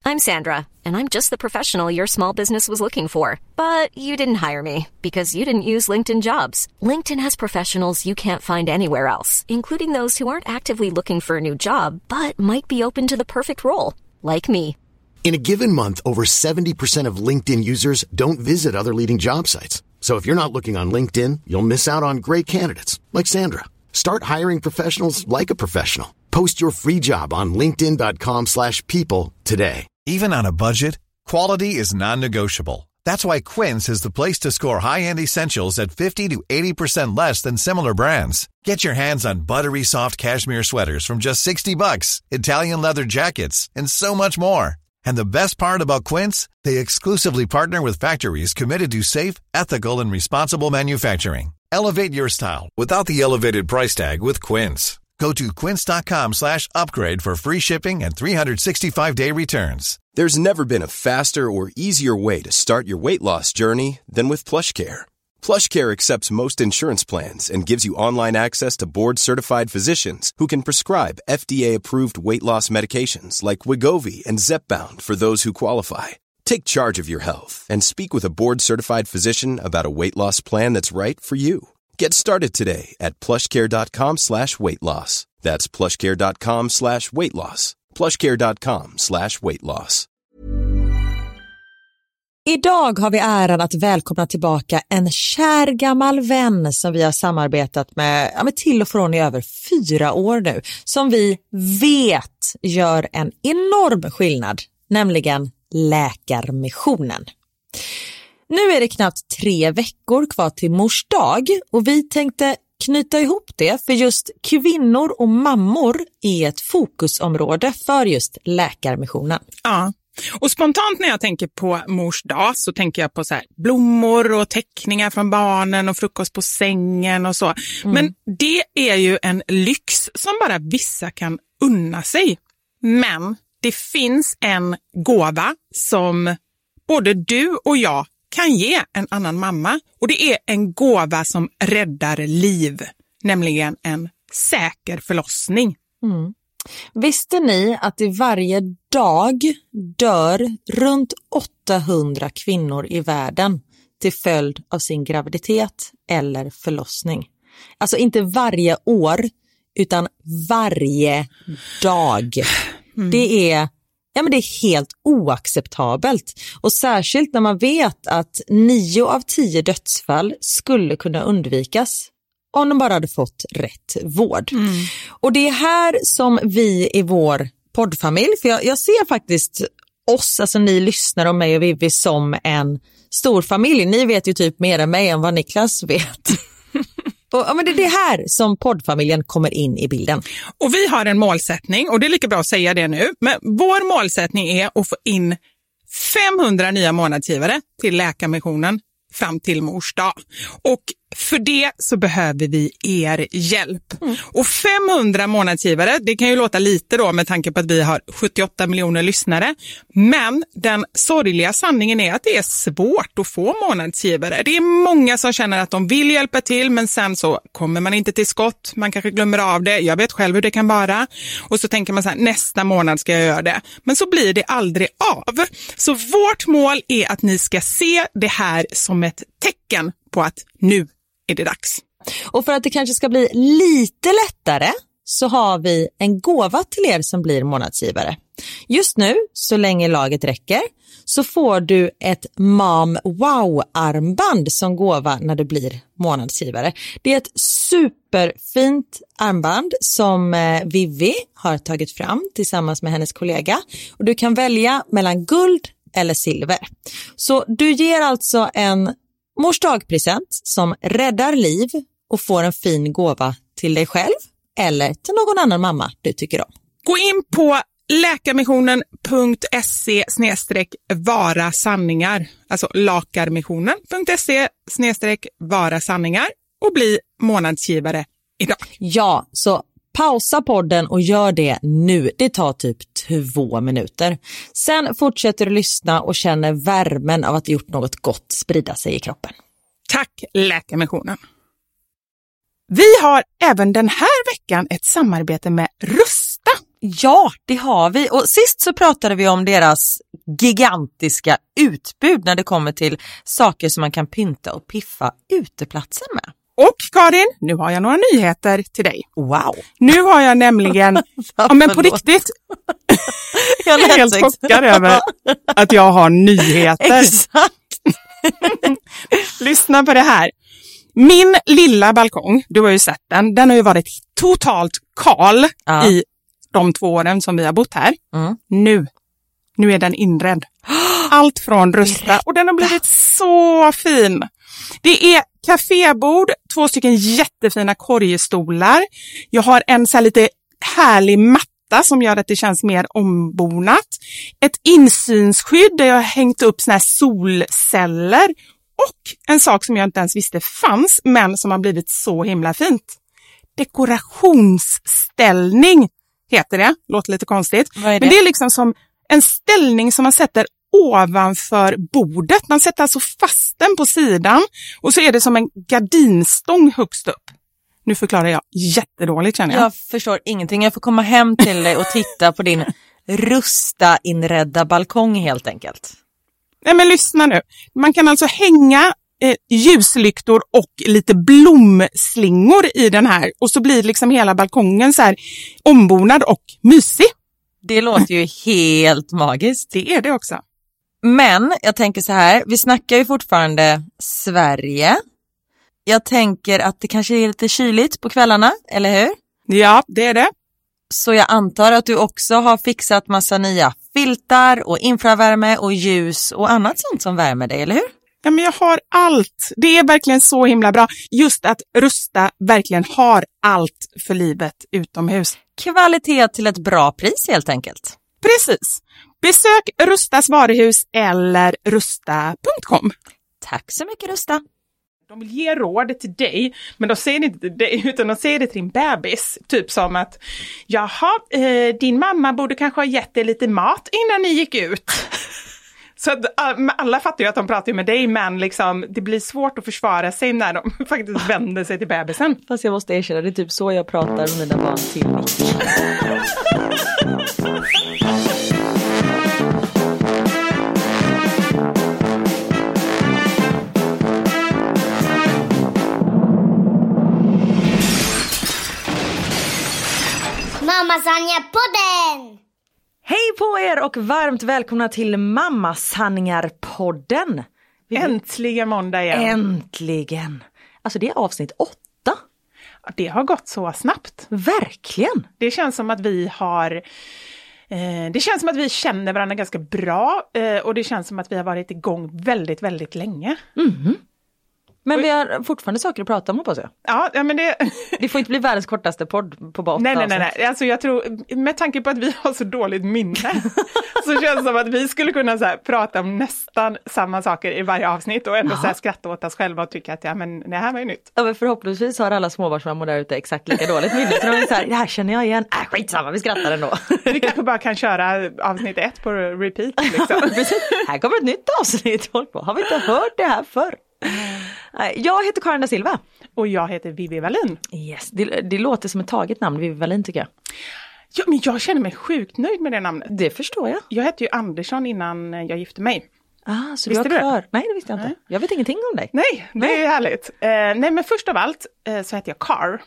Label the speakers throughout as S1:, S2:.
S1: I'm Sandra, and I'm just the professional your small business was looking for. But you didn't hire me because you didn't use LinkedIn Jobs. LinkedIn has professionals you can't find anywhere else, including those who aren't actively looking for a new job, but might be open to the perfect role, like me.
S2: In a given month, over 70% of LinkedIn users don't visit other leading job sites. So if you're not looking on LinkedIn, you'll miss out on great candidates like Sandra. Start hiring professionals like a professional. Post your free job on linkedin.com/people today.
S3: Even on a budget, quality is non-negotiable. That's why Quince is the place to score high-end essentials at 50 to 80% less than similar brands. Get your hands on buttery soft cashmere sweaters from just $60, Italian leather jackets, and so much more. And the best part about Quince, they exclusively partner with factories committed to safe, ethical, and responsible manufacturing. Elevate your style without the elevated price tag with Quince. Go to quince.com/upgrade for free shipping and 365-day returns.
S4: There's never been a faster or easier way to start your weight loss journey than with PlushCare. PlushCare accepts most insurance plans and gives you online access to board-certified physicians who can prescribe FDA-approved weight loss medications like Wegovy and Zepbound for those who qualify. Take charge of your health and speak with a board-certified physician about a weight loss plan that's right for you. Get started today at plushcare.com/weightloss. That's plushcare.com/weightloss. plushcare.com/weightloss.
S5: Idag har vi äran att välkomna tillbaka en kär gammal vän som vi har samarbetat med till och från i över 4 år nu. Som vi vet gör en enorm skillnad, nämligen Läkarmissionen. Nu är det knappt 3 veckor kvar till Mors dag och vi tänkte knyta ihop det, för just kvinnor och mammor är ett fokusområde för just Läkarmissionen.
S6: Ja, och spontant när jag tänker på Mors dag så tänker jag på så här blommor och teckningar från barnen och frukost på sängen och så. Men det är ju en lyx som bara vissa kan unna sig. Men det finns en gåva som både du och jag kan ge en annan mamma, och det är en gåva som räddar liv, nämligen en säker förlossning.
S5: Visste ni att i varje dag dör runt 800 kvinnor i världen till följd av sin graviditet eller förlossning? Alltså inte varje år, utan varje dag. Det är helt oacceptabelt. Och särskilt när man vet att 9 av 10 dödsfall skulle kunna undvikas om de bara hade fått rätt vård. Och det är här som vi i vår poddfamilj, för jag ser faktiskt oss, alltså ni lyssnar och mig och Vivi, som en stor familj. Ni vet ju typ mer än mig än vad Niklas vet. Men det är det här som poddfamiljen kommer in i bilden.
S6: Och vi har en målsättning, och det är lika bra att säga det nu. Men vår målsättning är att få in 500 nya månadsgivare till Läkarmissionen fram till Mors dag. Och för det så behöver vi er hjälp. Och 500 månadsgivare, det kan ju låta lite då med tanke på att vi har 78 miljoner lyssnare. Men den sorgliga sanningen är att det är svårt att få månadsgivare. Det är många som känner att de vill hjälpa till, men sen så kommer man inte till skott. Man kanske glömmer av det. Jag vet själv hur det kan vara. Och så tänker man så här, nästa månad ska jag göra det. Men så blir det aldrig av. Så vårt mål är att ni ska se det här som ett tecken på att nu är det dags.
S5: Och för att det kanske ska bli lite lättare så har vi en gåva till er som blir månadsgivare. Just nu, så länge laget räcker, så får du ett Mom Wow-armband som gåva när du blir månadsgivare. Det är ett superfint armband som Vivi har tagit fram tillsammans med hennes kollega. Och du kan välja mellan guld eller silver. Så du ger alltså en Mors dagpresent som räddar liv och får en fin gåva till dig själv eller till någon annan mamma du tycker om.
S6: Gå in på läkarmissionen.se/vara sanningar, alltså lakarmissionen.se/vara sanningar och bli månadsgivare idag.
S5: Ja, så pausa podden och gör det nu. Det tar typ 2 minuter. Sen fortsätter du lyssna och känner värmen av att ha gjort något gott sprida sig i kroppen.
S6: Tack Läkarmissionen. Vi har även den här veckan ett samarbete med Rusta.
S5: Ja, det har vi. Och sist så pratade vi om deras gigantiska utbud när det kommer till saker som man kan pynta och piffa uteplatser med.
S6: Och Karin, nu har jag några nyheter till dig.
S5: Wow!
S6: Nu har jag nämligen, ja men på riktigt, jag är helt chockad över att jag har nyheter.
S5: Exakt!
S6: Lyssna på det här. Min lilla balkong, du har ju sett den har ju varit totalt kal i de 2 åren som vi har bott här. Nu är den inredd. Allt från rusta och den har blivit så fin. Det är kafébord, 2 stycken jättefina korgstolar. Jag har en så här lite härlig matta som gör att det känns mer ombonat. Ett insynsskydd där jag har hängt upp såna här solceller. Och en sak som jag inte ens visste fanns, men som har blivit så himla fint. Dekorationsställning heter det. Låter lite konstigt.
S5: Vad är det?
S6: Men det är liksom som en ställning som man sätter ovanför bordet. Man sätter alltså fast den på sidan. Och så är det som en gardinstång högst upp. Nu förklarar jag jättedåligt, känner jag.
S5: Jag förstår ingenting. Jag får komma hem till dig och titta på din rusta inredda balkong helt enkelt.
S6: Nej, men lyssna nu. Man kan alltså hänga ljuslyktor och lite blomslingor i den här. Och så blir liksom hela balkongen så här ombonad och mysig.
S5: Det låter ju helt magiskt.
S6: Det är det också.
S5: Men jag tänker så här, vi snackar ju fortfarande Sverige. Jag tänker att det kanske är lite kyligt på kvällarna, eller hur?
S6: Ja, det är det.
S5: Så jag antar att du också har fixat massa nya filtar och infravärme och ljus och annat sånt som värmer dig, eller hur?
S6: Ja, men jag har allt. Det är verkligen så himla bra. Just att Rusta verkligen har allt för livet utomhus.
S5: Kvalitet till ett bra pris helt enkelt.
S6: Precis. Besök Rustas varuhus eller rusta.com.
S5: Tack så mycket, Rusta.
S6: De vill ge råd till dig, men de säger det inte till dig utan de säger det till din bebis. Typ som att, jaha, din mamma borde kanske ha gett dig lite mat innan ni gick ut. Så att, alla fattar ju att de pratar med dig, men liksom, det blir svårt att försvara sig när de faktiskt vänder sig till bebisen.
S5: Fast jag måste erkänna, det är typ så jag pratar med mina barn till Nick.
S7: Mamma Sanja-podden!
S5: Hej på er och varmt välkomna till Mamma Sanningar-podden.
S6: Äntligen måndag igen.
S5: Äntligen. Alltså det är avsnitt 8.
S6: Det har gått så snabbt.
S5: Verkligen.
S6: Det känns som att vi har... Det känns som att vi känner varandra ganska bra och det känns som att vi har varit igång väldigt, väldigt länge.
S5: Mm. Men vi har fortfarande saker att prata om, hoppas jag.
S6: Ja, men det...
S5: Det får inte bli världens kortaste podd på bara 8
S6: Nej. Alltså jag tror, med tanke på att vi har så dåligt minne så känns det som att vi skulle kunna så här, prata om nästan samma saker i varje avsnitt och ändå så här, skratta åt oss själva och tycka att ja, men det här var ju nytt.
S5: Ja, men förhoppningsvis har alla småbarnsmammor där ute exakt lika dåligt minne. Så de är så här, det här känner jag igen. Skitsamma, vi skrattar ändå. Vi
S6: kanske bara kan köra avsnitt 1 på repeat. Liksom.
S5: Här kommer ett nytt avsnitt. Har vi inte hört det här förr? Jag heter Karin da Silva.
S6: Och jag heter Vivi Wallin.
S5: Yes, det låter som ett taget namn, Vivi Wallin, tycker jag.
S6: Ja, men jag känner mig sjukt nöjd med det namnet.
S5: Det förstår jag.
S6: Jag hette ju Andersson innan jag gifte mig.
S5: Så visste du var klar? Nej, det visste jag inte. Jag vet ingenting om dig.
S6: Nej, det är härligt. Nej, men först av allt så heter jag Car.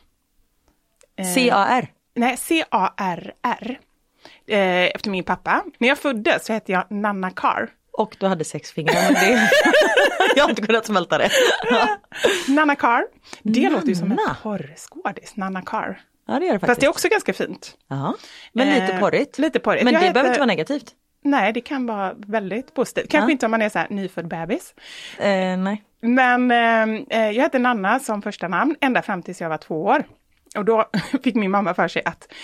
S5: C-A-R?
S6: Nej, C-A-R-R. Efter min pappa. När jag föddes så hette jag Nanna Car.
S5: Och du hade 6 fingrar, men det... jag har inte kunnat smälta det.
S6: Nanna Car. Det låter ju som en porrskådis, Nanna Car.
S5: Ja, det gör det faktiskt.
S6: Fast det är också ganska fint.
S5: Ja, men lite porrigt.
S6: Lite porrigt.
S5: Men det behöver inte vara negativt.
S6: Nej, det kan vara väldigt positivt. Kanske inte om man är så här nyfödd bebis.
S5: Nej.
S6: Men jag hette Nanna som första namn ända fram tills jag var 2 år. Och då fick min mamma för sig att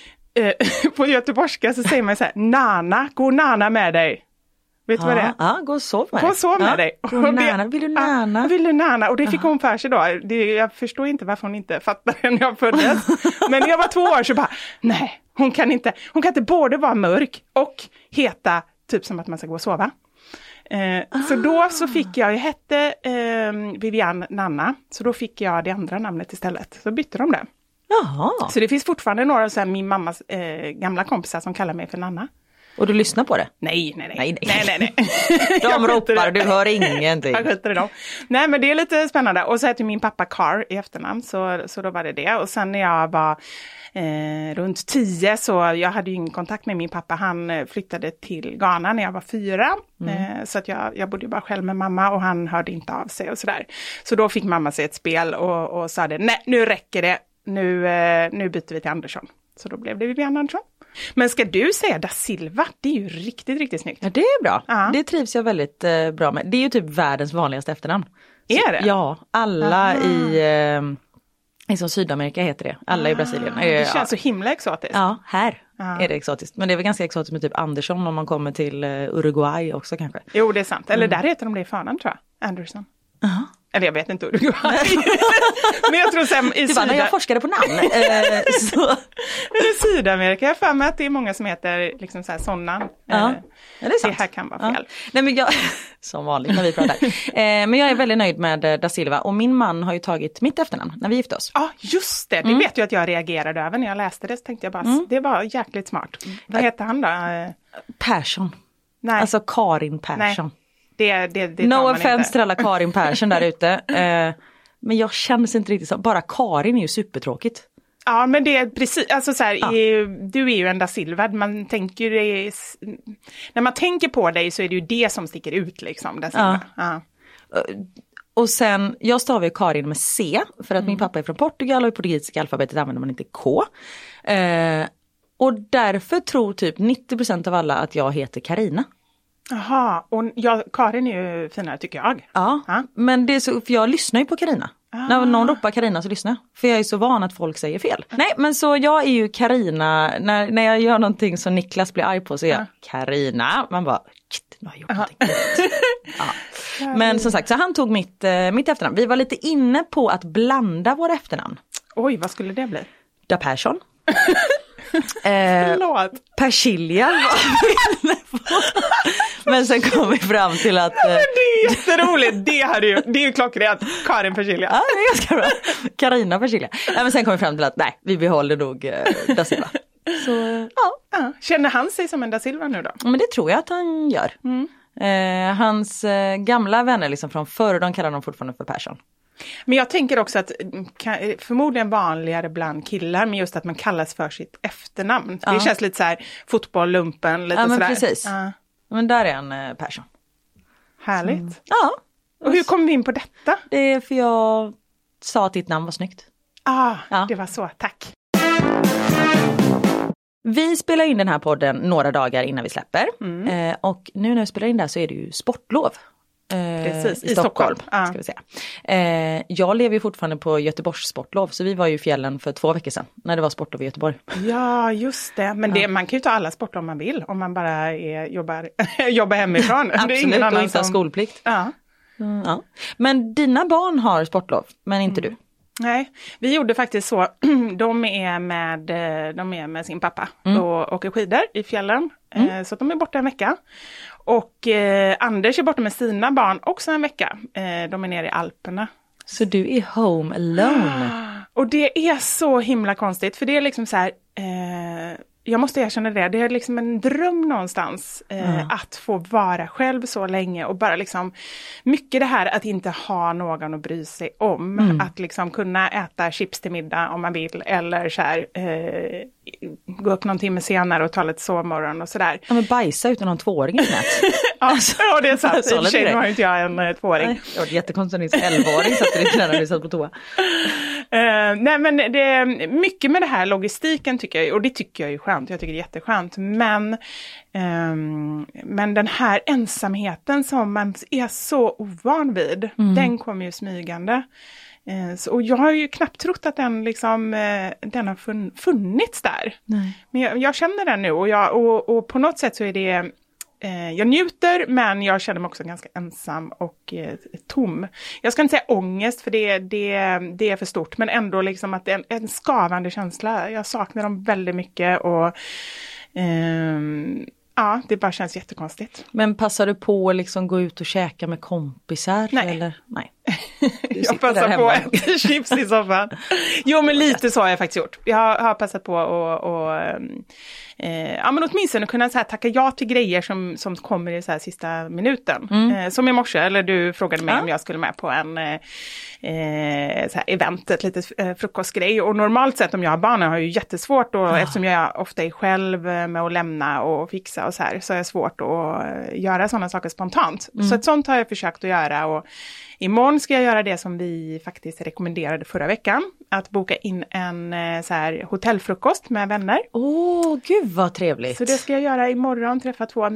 S6: på göteborgska så säger man så här, Nana, gå Nana med dig. Vet du vad det är?
S5: Ja, gå och sov med
S6: dig. Gå och sov med dig.
S5: Vill du nana?
S6: Ja, vill du nana? Och det fick hon för sig då. Jag förstår inte varför hon inte fattade när jag föddes. Men när jag var 2 år så bara, nej, hon kan inte både vara mörk och heta typ som att man ska gå och sova. Så då så fick jag hette Vivian Nanna. Så då fick jag det andra namnet istället. Så bytte de det.
S5: Jaha.
S6: Så det finns fortfarande några av så här, min mammas gamla kompisar som kallar mig för Nanna.
S5: Och du lyssnar på det?
S6: Nej.
S5: De ropar, du hör ingenting.
S6: Jag skiter i dem. Nej, men det är lite spännande. Och så heter min pappa Carr i efternamn, så då var det. Och sen när jag var runt 10 så jag hade ju ingen kontakt med min pappa. Han flyttade till Ghana när jag var 4. Så att jag bodde bara själv med mamma och han hörde inte av sig och sådär. Så då fick mamma sig ett spel och sa det, nej nu räcker det. Nu byter vi till Andersson. Så då blev det Vivian Andersson. Men ska du säga da Silva? Det är ju riktigt, riktigt snyggt.
S5: Ja, det är bra.
S6: Ja.
S5: Det trivs jag väldigt bra med. Det är ju typ världens vanligaste efternamn.
S6: Är det?
S5: Ja, alla i som Sydamerika heter det. Alla i Brasilien.
S6: Det känns så himla exotiskt.
S5: Ja, här är det exotiskt. Men det är väl ganska exotiskt med typ Andersson om man kommer till Uruguay också kanske.
S6: Jo, det är sant. Eller där heter de det i förnamn tror jag. Anderson. Eller jag vet inte Uruguay. Men jag tror sen i
S5: när jag forskade på namn. Så.
S6: I Sydamerika jag för mig att det är många som heter liksom så här sådana.
S5: Ja, det är sant.
S6: Det här kan vara fel.
S5: Nej, men jag, som vanligt när vi pratar. Men jag är väldigt nöjd med da Silva. Och min man har ju tagit mitt efternamn när vi gifte oss.
S6: Ja, just det. Det vet jag att jag reagerade över när jag läste det. Så tänkte jag bara, det var jäkligt smart. Vad heter han då?
S5: Persson.
S6: Nej.
S5: Alltså Karin Persson.
S6: Nej. Det
S5: no offense till alla Karin Persson där ute. Men jag känns inte riktigt så. Bara Karin är ju supertråkigt.
S6: Ja, men det är precis, alltså så här, du är ju en da Silva, man tänker när man tänker på dig så är det ju det som sticker ut liksom, da Silva. Ja.
S5: Och sen, jag stavar ju Karin med C, för att min pappa är från Portugal och i portugisiska alfabetet använder man inte K. Och därför tror typ 90% av alla att jag heter Karina.
S6: Jaha, och Karin är ju finare tycker jag.
S5: Ja, men det är så, för jag lyssnar ju på Karina. När någon ropar Karina så lyssnar jag. För jag är så van att folk säger fel. Nej, men så jag är ju Karina. När jag gör någonting som Niklas blir arg på så är jag Karina. Man bara, nu har jag gjort någonting. Men som sagt, så han tog mitt efternamn. Vi var lite inne på att blanda våra efternamn.
S6: Oj, vad skulle det bli?
S5: Da Persson.
S6: Persilja.
S5: Men sen kom vi fram till att
S6: men det är jätteroligt. Det är ju klockrent. Karin Persilja.
S5: Ja, det är ganska bra. Karina Persilja. Men sen kom vi fram till att nej, vi behåller nog da Silva. Så
S6: ja. Känner han sig som en da Silva nu då?
S5: Men det tror jag att han gör. Hans gamla vänner liksom från förr, de kallar dem fortfarande för Persson.
S6: Men jag tänker också att förmodligen vanligare bland killar, men just att man kallas för sitt efternamn. Det känns lite så här fotboll, lumpen, lite sådär.
S5: Ja, men precis. Men där är en Persson.
S6: Härligt.
S5: Ja.
S6: Och hur kom vi in på detta?
S5: Det är för jag sa att ditt namn var snyggt.
S6: Det var så. Tack.
S5: Vi spelar in den här podden några dagar innan vi släpper. Och nu när vi spelar in där så är det ju sportlov.
S6: Precis,
S5: i Stockholm. Ska vi säga. Jag lever ju fortfarande på Göteborgs sportlov, så vi var ju i fjällen för 2 veckor sedan när det var sportlov i Göteborg. Ja,
S6: just det. Men man kan ju ta alla sportlov om man vill, om man bara jobbar hemifrån.
S5: Absolut,
S6: det är ingen annan
S5: och inte har skolplikt.
S6: Ja.
S5: Men dina barn har sportlov, men inte du.
S6: Nej, vi gjorde faktiskt så. De är med sin pappa och åker skidor i fjällen. Så att de är borta en vecka. Och Anders är borta med sina barn också en vecka. De är nere i Alperna.
S5: Så du är home alone?
S6: Och det är så himla konstigt. För det är liksom så här... jag måste erkänna det. Det är liksom en dröm någonstans att få vara själv så länge och bara liksom mycket det här att inte ha någon att bry sig om. Att liksom kunna äta chips till middag om man vill eller så här gå upp någon timme senare och ta lite sovmorgon och sådär.
S5: Ja, men bajsa utan någon 2-åring i knät.
S6: Ja, det är sant. I och för sig har inte jag en 2-åring.
S5: Det var jättekonstigt att 11-åring satt i knät när du satt på toa.
S6: Nej, men det är mycket med det här logistiken tycker jag, och det tycker jag är skönt, jag tycker det är jätteskönt, men den här ensamheten som man är så ovan vid, den kommer ju smygande. Och jag har ju knappt trott att den har funnits där. Nej. Men jag känner den nu och på något sätt så är det jag njuter, men jag känner mig också ganska ensam och tom. Jag ska inte säga ångest, för det är för stort, men ändå liksom att det är en skavande känsla. Jag saknar dem väldigt mycket och det bara känns jättekonstigt.
S5: Men passar du på att liksom gå ut och käka med kompisar?
S6: Nej.
S5: Eller? Nej.
S6: Jag passar på att äta chips i soffan. Jo, men lite så har jag faktiskt gjort. Jag har passat på att men åtminstone kunna så här tacka ja till grejer som kommer i så här sista minuten. Som i morse, eller du frågade mig om jag skulle med på en så här event, ett litet frukostgrej. Och normalt sett om jag har barn har jag ju jättesvårt och eftersom jag ofta är själv med att lämna och fixa och så här, så är det svårt att göra sådana saker spontant. Så ett sånt har jag försökt att göra, och imorgon ska jag göra det som vi faktiskt rekommenderade förra veckan. Att boka in en så här hotellfrukost med vänner.
S5: Gud vad trevligt.
S6: Så det ska jag göra imorgon. Träffa 2 av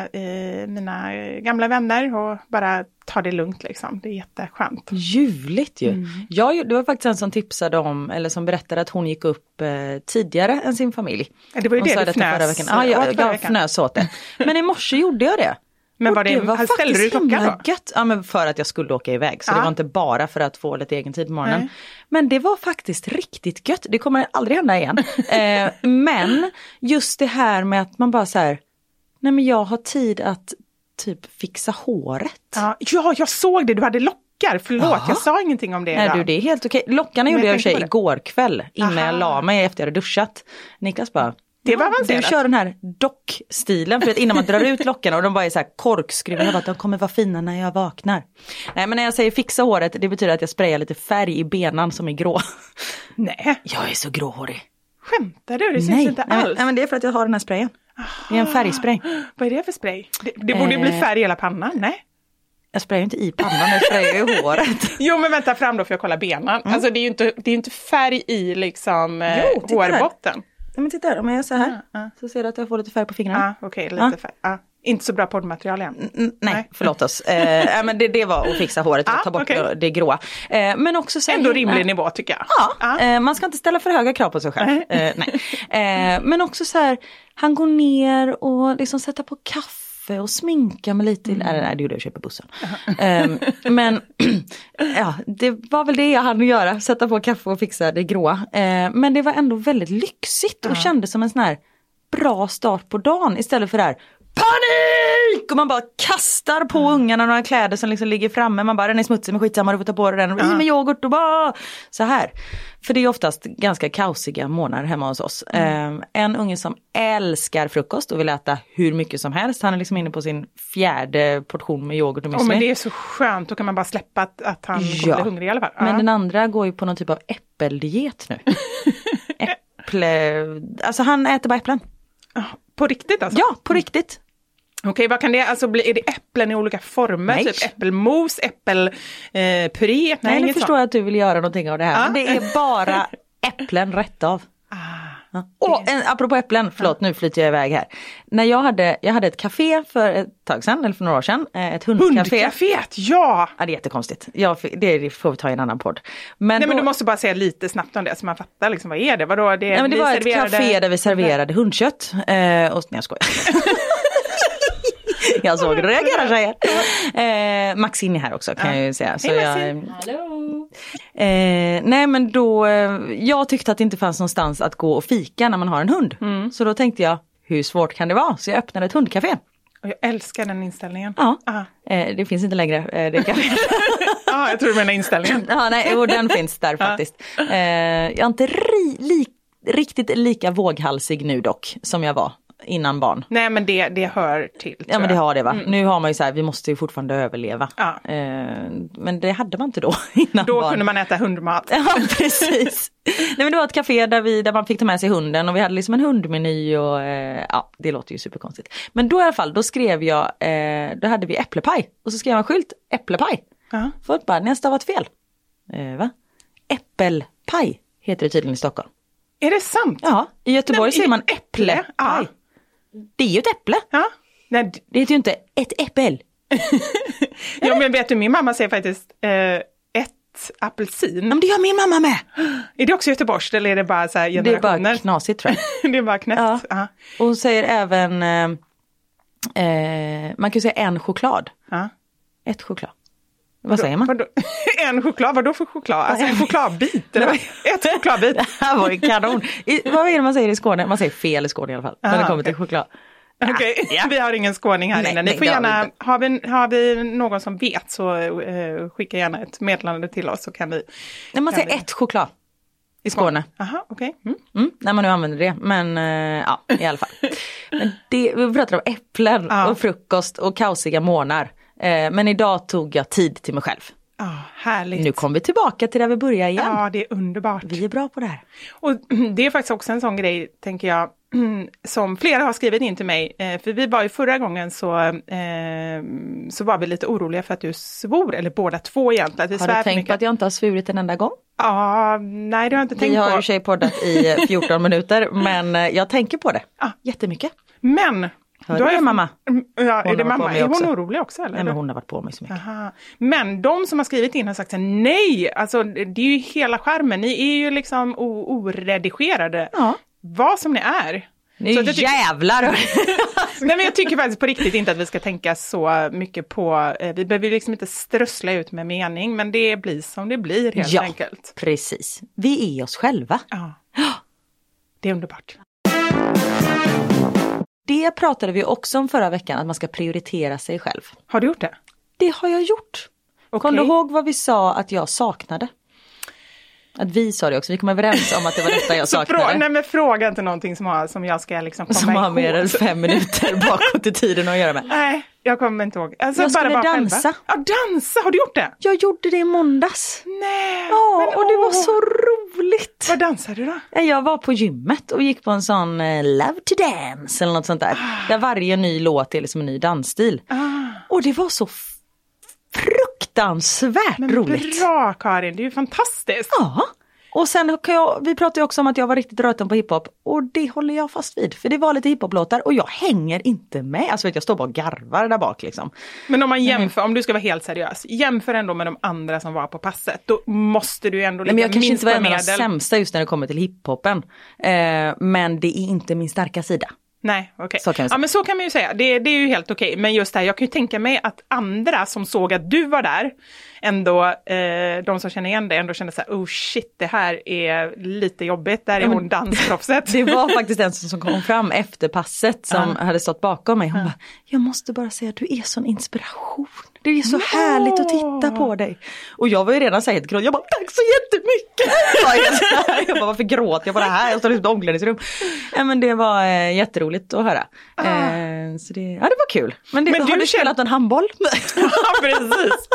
S6: mina gamla vänner och bara ta det lugnt liksom. Det är jätteskönt.
S5: Ljuvligt ju. Det var faktiskt en som tipsade om, eller som berättade att hon gick upp tidigare än sin familj.
S6: Ja, det var ju det du fnös.
S5: Jag fnös åt det. Men i morse gjorde jag det.
S6: Men var det var ställde du klockan då?
S5: Gött. Ja, men för att jag skulle åka iväg. Så det var inte bara för att få lite egen tid på morgonen. Nej. Men det var faktiskt riktigt gött. Det kommer aldrig hända igen. Men just det här med att man bara så här, nej men jag har tid att typ fixa håret.
S6: Ja, jag såg det. Du hade lockar. Förlåt, jag sa ingenting om det.
S5: Nej du, det är helt okej. Lockarna gjorde jag i sig igår kväll innan jag la mig efter jag hade duschat. Niklas bara...
S6: Det var avancerat.
S5: Du kör den här dockstilen för att innan man drar ut lockarna och de bara är så här korkskruvade att de kommer vara fina när jag vaknar. Nej, men när jag säger fixa håret, det betyder att jag sprayar lite färg i benan som är grå.
S6: Nej.
S5: Jag är så gråhårig.
S6: Skämtar du? Det syns inte alls.
S5: Nej, men det är för att jag har den här sprayen. Det är en färgspray.
S6: Vad är det för spray? Det borde bli färg i hela pannan, nej?
S5: Jag sprayar inte i pannan, jag sprayar i håret.
S6: Jo, men vänta fram då för jag kolla benan. Alltså det är ju inte färg i liksom hårbotten.
S5: Ja, men titta här, om jag gör så här så ser du att jag får lite färg på fingrarna.
S6: Okej, lite färg. Inte så bra poddmaterial igen.
S5: Nej, förlåt oss. Men det var att fixa håret och ta bort det gråa. Men också så
S6: ändå rimlig nivå tycker jag.
S5: Ja, man ska inte ställa för höga krav på sig själv. Nej. Men också så här, han går ner och liksom sätter på kaffe och sminka mig lite. Nej, det gjorde jag, köpa bussen. Men ja, det var väl det jag hade att göra. Sätta på kaffe och fixa det gråa. Men det var ändå väldigt lyxigt och kändes som en sån här bra start på dagen istället för det här panik! Och man bara kastar på ungarna några kläder som liksom ligger framme. Man bara, den är smutsig med skitsamma, du får ta på den. Och i med yoghurt och bara så här. För det är oftast ganska kaosiga månader hemma hos oss. En unge som älskar frukost och vill äta hur mycket som helst. Han är liksom inne på sin 4:e portion med yoghurt och müsli.
S6: Men det är så skönt, då kan man bara släppa att han blir hungrig i alla fall.
S5: Men den andra går ju på någon typ av äppeldiet nu. Alltså han äter bara äpplen.
S6: På riktigt alltså?
S5: Ja, på riktigt.
S6: Okej, vad kan det alltså bli? Är det äpplen i olika former?
S5: Nej.
S6: Typ äppelmos, äppelpuré?
S5: Nej, nu förstår jag att du vill göra någonting av det här. Men det är bara äpplen rätt av. Apropå äpplen, förlåt nu flyter jag iväg här. När jag hade ett café för ett tag sedan, eller för några år sedan. Ett hundcafé.
S6: Hundcaféet, ja!
S5: Ja, det är jättekonstigt. Det får vi ta i en annan podd.
S6: Men du måste bara säga lite snabbt om det så man fattar liksom, vad är det? Vadå, det
S5: var ett café där vi serverade hundkött. Och nej, jag skojar. Jag såg det, reagerar tjejer. Max in här också kan jag ju säga. Så
S6: Hallå!
S5: Nej men då, jag tyckte att det inte fanns någonstans att gå och fika när man har en hund. Så då tänkte jag, hur svårt kan det vara? Så jag öppnade ett hundcafé.
S6: Och jag älskar den inställningen.
S5: Ja, det finns inte längre. Det kan...
S6: jag tror du menar inställningen.
S5: Den finns där faktiskt. Jag är inte riktigt lika våghalsig nu dock som jag var innan barn.
S6: Nej, men det hör till.
S5: Ja, men det har det va. Nu har man ju så här, vi måste ju fortfarande överleva. Men det hade man inte då innan
S6: då
S5: barn.
S6: Kunde man äta hundmat.
S5: Ja, precis. Nej, men det var ett café där man fick ta med sig hunden och vi hade liksom en hundmeny och det låter ju superkonstigt. Men då i alla fall, då skrev jag, då hade vi äpplepaj och så skrev jag en skylt, äpplepaj. Folk bara, nästa var ett fel. Va? Äppelpaj heter det tydligen i Stockholm.
S6: Är det sant?
S5: Ja, i Göteborg säger man äpplepaj. Det är ju ett äpple. Ja. Nej. Det heter ju inte ett äppel.
S6: Ja, men vet du, min mamma säger faktiskt ett apelsin.
S5: Men det gör min mamma med.
S6: Är det också Göteborgs eller är det bara så här generationer?
S5: Det är bara knasigt tror jag.
S6: Det är bara knäppt. Ja.
S5: Och hon säger även, man kan ju säga en choklad. Ett choklad. Vad säger man?
S6: En choklad? Vadå för choklad? Alltså en chokladbit? Eller ett chokladbit?
S5: Det här var ju kanon. Vad är det man säger i Skåne? Man säger fel i Skåne i alla fall. När det kommer till choklad.
S6: Okej.
S5: Ja.
S6: Vi har ingen skåning här inne. Ni får gärna, har vi någon som vet så skicka gärna ett meddelande till oss så kan vi.
S5: När man säger ett choklad i Skåne.
S6: Aha, okej.
S5: När man nu använder det, men ja, i alla fall. Men vi pratar om äpplen och frukost och kaosiga morgnar. Men idag tog jag tid till mig själv.
S6: Ja, härligt.
S5: Nu kommer vi tillbaka till där vi börjar igen.
S6: Ja, det är underbart.
S5: Vi är bra på det här.
S6: Och det är faktiskt också en sån grej, tänker jag, som flera har skrivit in till mig. För vi var ju förra gången så var vi lite oroliga för att du svor, eller båda två egentligen. Att vi
S5: har du tänkt på att jag inte har svurit en enda gång?
S6: Ja, nej det har jag inte tänkt på.
S5: Vi har ju sig poddat i 14 minuter, men jag tänker på det. Jättemycket.
S6: Men...
S5: Hör du det, mamma?
S6: Ja, är det mamma? Är hon orolig också? Eller?
S5: Nej, men hon har varit på mig så mycket.
S6: Aha. Men de som har skrivit in har sagt så här, nej, alltså det är ju hela skärmen. Ni är ju liksom oredigerade. Ja. Vad som ni är.
S5: Ni är ju jävlar!
S6: Nej, men jag tycker faktiskt på riktigt inte att vi ska tänka så mycket på, vi behöver liksom inte strössla ut med mening, men det blir som det blir helt enkelt.
S5: Precis. Vi är oss själva.
S6: Ja. Det är underbart.
S5: Det pratade vi också om förra veckan, att man ska prioritera sig själv.
S6: Har du gjort det?
S5: Det har jag gjort. Okay. Kom du ihåg vad vi sa att jag saknade? Att vi sa det också, vi kom överens om att det var detta jag saknade.
S6: Nej, men fråga inte någonting som jag ska liksom komma
S5: som
S6: ihåg.
S5: Som har mer än 5 minuter bakåt i tiden att göra med.
S6: Nej, jag kommer inte ihåg. Alltså,
S5: jag skulle dansa.
S6: Själva. Ja, dansa, har du gjort det?
S5: Jag gjorde det i måndags.
S6: Nej.
S5: Ja, och det var så roligt.
S6: Vad dansade du då?
S5: Jag var på gymmet och gick på en sån Love to Dance eller något sånt där. Där varje ny låt är liksom en ny dansstil. Och det var så fruktansvärt roligt.
S6: Bra Karin, det är ju fantastiskt.
S5: Ja. Och sen vi pratade ju också om att jag var riktigt röten på hiphop. Och det håller jag fast vid. För det var lite hiphoplåtar och jag hänger inte med. Alltså jag står bara och garvar där bak liksom.
S6: Men om man jämför, om du ska vara helt seriös, jämför ändå med de andra som var på passet. Då måste du ändå
S5: ligga minst på medel. Jag kanske inte var en av de sämsta just när det kommer till hiphopen. Men det är inte min starka sida.
S6: Nej, okej. Ja, men så kan man ju säga. Det är ju helt okej. Men just det här, jag kan ju tänka mig att andra som såg att du var där, ändå, de som känner igen det, ändå kände så här, oh shit, det här är lite jobbigt. Där är hon dansproffset.
S5: Det var faktiskt en som kom fram efter passet som hade stått bakom mig. Hon bara, jag måste bara säga att du är sån inspiration. Det är så härligt att titta på dig. Och jag var ju redan så helt gråt. Jag bara, tack så jättemycket. Jag bara, varför gråter jag på det här? Jag står i ett omklädningsrum. Men det var jätteroligt att höra. Så det var kul. Men har du spelat en handboll?
S6: Ja, precis.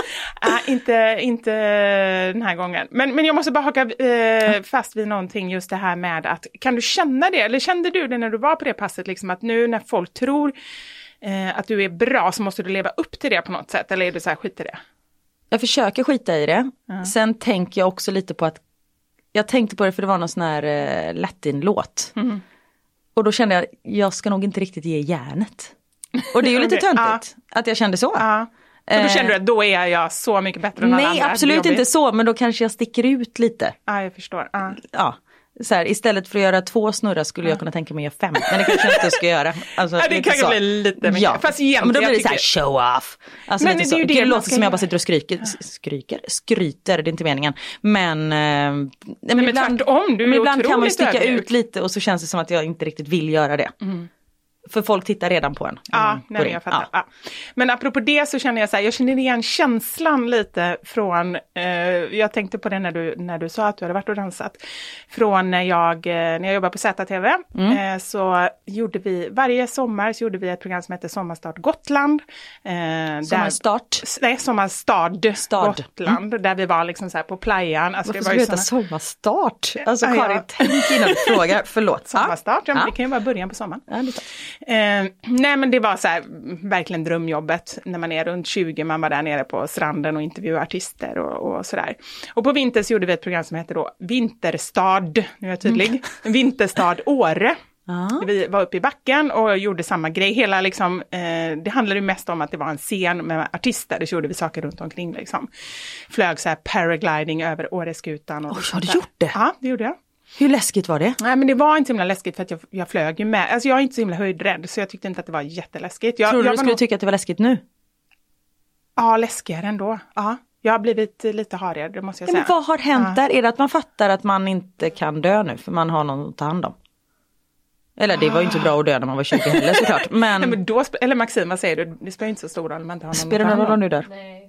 S6: Inte den här gången. Men jag måste bara haka fast vid någonting, just det här med att, kan du känna det? Eller kände du det när du var på det passet? Liksom att nu när folk tror att du är bra så måste du leva upp till det på något sätt? Eller är du så här, skit i det?
S5: Jag försöker skita i det. Sen tänker jag också lite på att, jag tänkte på det för det var någon sån här latin-låt. Och då kände jag ska nog inte riktigt ge järnet. Och det är ju lite töntigt att jag kände så.
S6: Så då kände du att då är jag så mycket bättre än alla andra?
S5: Nej, absolut inte så, men då kanske jag sticker ut lite.
S6: Ja, jag förstår.
S5: Ja. Så här, istället för att göra 2 snurrar skulle jag kunna tänka mig att göra 5. Men det kanske jag inte ska göra. Alltså,
S6: det kan bli lite mycket.
S5: Ja.
S6: Fast
S5: men då blir det så här show off. Alltså,
S6: men
S5: det är ju det låter som jag bara sitter och skryter, det är inte meningen. Men ibland,
S6: tvärtom, du är
S5: ibland kan man sticka
S6: ödmjuk
S5: ut lite och så känns det som att jag inte riktigt vill göra det. För folk tittar redan på en.
S6: Nej, jag fattar. Ja. Men apropå det så känner jag så här, jag känner igen känslan lite från, jag tänkte på det när du sa att du hade varit och dansat. Från när jag jobbade på ZTV så gjorde vi, varje sommar så gjorde vi ett program som heter Sommarstart Gotland. Sommarstad Gotland. Där vi var liksom så här på playan. Alltså,
S5: varför skulle det heta Sommarstart? Alltså Karin, tänk innan du frågar, förlåt.
S6: Sommarstart, det kan ju vara början på sommaren. Nej, men det var så här, verkligen drömjobbet när man är runt 20, man var där nere på stranden och intervjuade artister och sådär. Och på vintern så gjorde vi ett program som heter då Vinterstad, nu är jag tydlig, Vinterstad Åre. Vi var uppe i backen och gjorde samma grej. Hela liksom, det handlade ju mest om att det var en scen med artister. Så gjorde vi saker runt omkring liksom. Flög så här paragliding över Åreskutan.
S5: Oj, har du gjort det?
S6: Ja, det gjorde jag.
S5: Hur läskigt var det?
S6: Nej, men det var inte så himla läskigt för att jag flög ju med. Alltså jag är inte så himla höjdrädd så jag tyckte inte att det var jätteläskigt.
S5: Tror du skulle tycka att det var läskigt nu?
S6: Ja, läskigare ändå. Ja, jag har blivit lite harigare, det måste jag säga.
S5: Men vad har hänt där? Är det att man fattar att man inte kan dö nu för man har någon att ta hand om? Eller det var ju inte bra att dö när man var 20 heller såklart. Men,
S6: nej, men då, eller Maxim, vad säger du? Det spelar inte så stor roll. Man inte har någon
S5: spelar det någon roll nu där? Nej.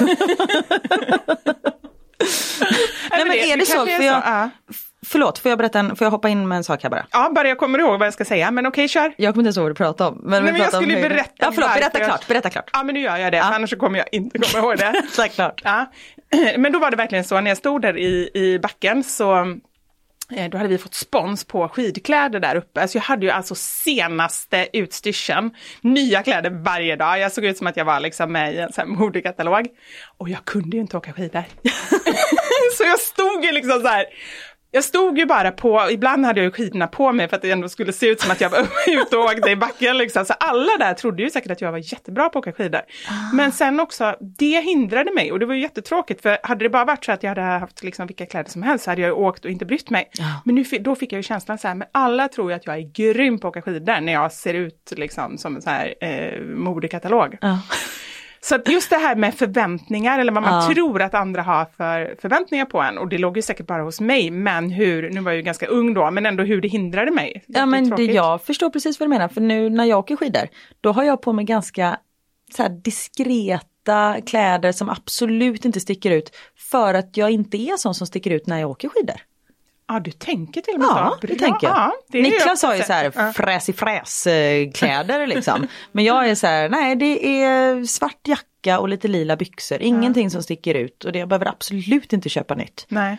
S5: Nej, men är det så? Förlåt, får jag hoppa in med en sak här bara?
S6: Ja, bara jag kommer ihåg vad jag ska säga, men okej, kör.
S5: Jag kommer inte ihåg vad du pratar om. Men
S6: jag skulle berätta.
S5: Ja, förlåt, berätta klart.
S6: Ja, men nu gör jag det, för annars kommer jag inte komma ihåg det.
S5: Såklart.
S6: Ja. Men då var det verkligen så, när jag stod där i backen så... Då hade vi fått spons på skidkläder där uppe. Alltså jag hade ju alltså senaste utstyrseln. Nya kläder varje dag. Jag såg ut som att jag var liksom med i en sån här modekatalog. Och jag kunde ju inte åka skidor. Så jag stod ju liksom så här... Jag stod ju bara på, ibland hade jag ju skidorna på mig för att det ändå skulle se ut som att jag var ute och åkte i backen liksom. Så alla där trodde ju säkert att jag var jättebra på att åka skidor. Men sen också, det hindrade mig och det var ju jättetråkigt, för hade det bara varit så att jag hade haft liksom vilka kläder som helst så hade jag ju åkt och inte brytt mig. Men då fick jag ju känslan så här, men alla tror ju att jag är grym på att åka skidor när jag ser ut liksom som en så här modekatalog. Så att just det här med förväntningar, eller vad man tror att andra har för förväntningar på en, och det låg ju säkert bara hos mig, men nu var jag ju ganska ung då, men ändå hur det hindrade mig.
S5: Ja, men jag förstår precis vad du menar, för nu när jag åker skidor, då har jag på mig ganska så här diskreta kläder som absolut inte sticker ut, för att jag inte är sån som sticker ut när jag åker skidor.
S6: Ja, du tänker till och med så.
S5: Ja, det tänker jag. Ja, Niklas har ju så här fräs-i-fräs-kläder liksom. Men jag är så här, nej, det är svart jacka och lite lila byxor. Ingenting som sticker ut. Och jag behöver absolut inte köpa nytt.
S6: Nej.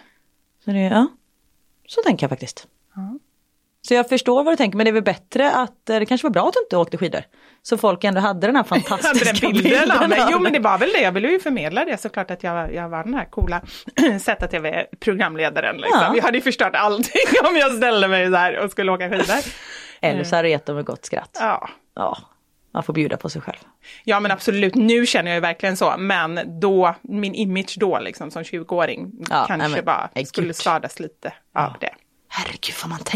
S5: Så tänker jag faktiskt. Så jag förstår vad du tänker, men det är väl bättre att det kanske var bra att du inte åkte skidor. Så folk ändå hade den här fantastiska bilden av mig.
S6: Jo, men det var väl det. Jag ville ju förmedla det, såklart, att jag var den här coola ZTV-programledaren. Liksom. Ja. Jag hade ju förstört allting om jag ställde mig där och skulle åka skidor.
S5: Eller så retar de med gott skratt.
S6: Ja.
S5: Man får bjuda på sig själv.
S6: Ja, men absolut. Nu känner jag ju verkligen så. Men då, min image då liksom som 20-åring kanske bara skulle skadas lite av det.
S5: Herregud,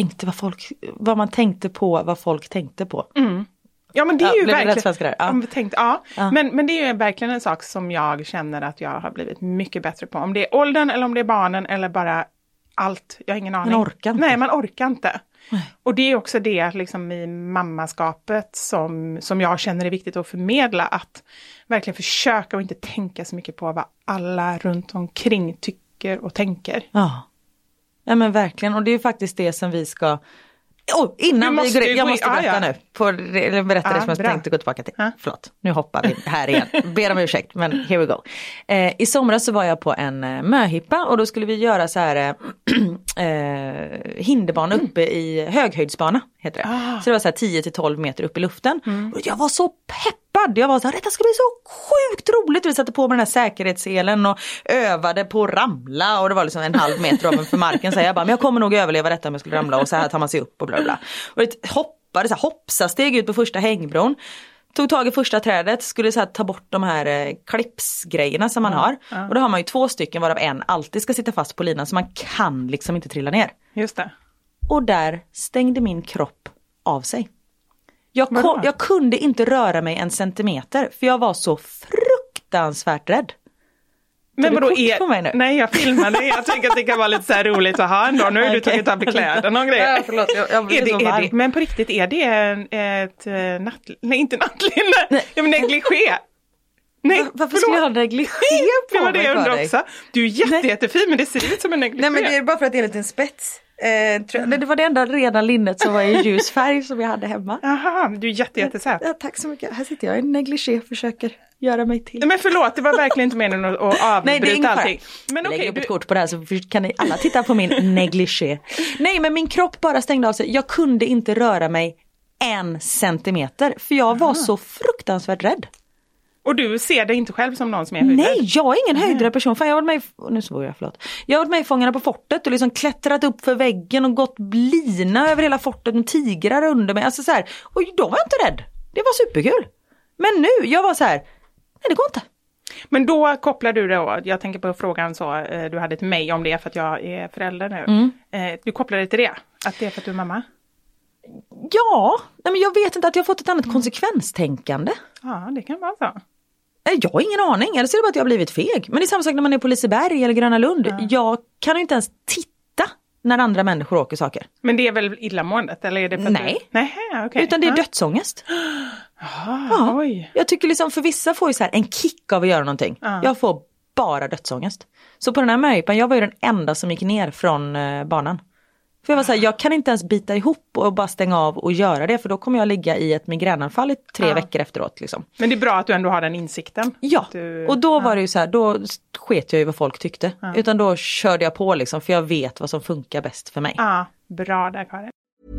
S5: vad man tänkte på, vad folk tänkte på.
S6: Ja, men det är ju
S5: verkligen...
S6: Men det är ju verkligen en sak som jag känner att jag har blivit mycket bättre på. Om det är åldern eller om det är barnen eller bara allt. Jag har ingen aning.
S5: Man orkar inte.
S6: Nej, man orkar inte. Nej. Och det är också det liksom i mammaskapet som jag känner är viktigt att förmedla. Att verkligen försöka och inte tänka så mycket på vad alla runt omkring tycker och tänker.
S5: Ja, men verkligen. Och det är ju faktiskt det som vi ska... innan vi går in, jag måste berätta nu. Eller berätta det som jag tänkte gå tillbaka till. Förlåt, nu hoppar vi här igen. Ber om ursäkt, men here we go. I somras så var jag på en möhippa och då skulle vi göra så här hinderbana uppe i höghöjdsbana, heter det. Så det var så här 10-12 meter upp i luften. Och jag var så peppad. Jag var så här, detta ska bli så sjukt roligt. Vi satte på med den här säkerhetsselen och övade på att ramla. Och det var liksom 1,5 meter ovanför marken. Så jag bara, men jag kommer nog överleva detta om jag skulle ramla. Och så här tar man sig upp och bla bla. Och det hoppade, så här, hoppsasteg ut på första hängbron. Tog tag i första trädet, skulle så här ta bort de här klippsgrejerna som man har. Och då har man ju 2 stycken varav en alltid ska sitta fast på linan. Så man kan liksom inte trilla ner.
S6: Just det.
S5: Och där stängde min kropp av sig. Jag kunde inte röra mig 1 centimeter för jag var så fruktansvärt rädd.
S6: Men vadå nej, jag filmade. Jag tycker att det kan vara lite så här roligt att ha ändå. Nu har du tagit av kläderna och grejer.
S5: Förlåt,
S6: men på riktigt, är det ett inte nattlinne. Jag menar negligé. Nej,
S5: varför skulle jag ha negligé på mig?
S6: Det undrar också. Du är jättefin, men det ser ut som en negligé.
S5: Nej, men det är bara för att det är en liten spets. Det var det enda rena linnet som var i ljus färg som jag hade hemma.
S6: Jaha, du är jättesöt.
S5: Ja, tack så mycket. Här sitter jag i en negligé och försöker göra mig till.
S6: Men förlåt, det var verkligen inte meningen att avbryta allting.
S5: Men okej, lägg upp ett kort på det här så kan ni alla titta på min negligé. Nej, men min kropp bara stängde av sig. Jag kunde inte röra mig 1 centimeter för jag var så fruktansvärt rädd.
S6: Och du ser dig inte själv som någon som är höjdrädd?
S5: Nej, jag är ingen höjdrädd person. Fan, jag har varit med i Fångarna på fortet och liksom klättrat upp för väggen och gått lina över hela fortet med tigrar under mig. Alltså så här, och då var jag inte rädd. Det var superkul. Men nu, jag var så här, nej, det går inte.
S6: Men då kopplar du det, jag tänker på frågan så du hade till mig om det är för att jag är förälder nu. Du kopplar det till det, att det är för att du är mamma?
S5: Ja, men jag vet inte att jag har fått ett annat konsekvenstänkande.
S6: Ja, det kan vara så.
S5: Jag har ingen aning, eller så är det bara att jag har blivit feg. Men det är samma sak när man är på Liseberg eller Gröna Lund. Jag kan ju inte ens titta när andra människor åker saker.
S6: Men det är väl illamåendet? Eller är det för
S5: Nej.
S6: Nej, okay.
S5: Utan det är dödsångest.
S6: Aha, oj.
S5: Jag tycker liksom, för vissa får ju så här en kick av att göra någonting. Jag får bara dödsångest. Så på den här möjpan, jag var ju den enda som gick ner från banan. För jag var så här, jag kan inte ens bita ihop och bara stänga av och göra det. För då kommer jag ligga i ett migränanfall i 3 veckor efteråt. Liksom.
S6: Men det är bra att du ändå har den insikten.
S5: Ja, och då var det ju så här, då sket jag ju vad folk tyckte. Utan då körde jag på liksom, för jag vet vad som funkar bäst för mig.
S6: Ja, bra där Karin.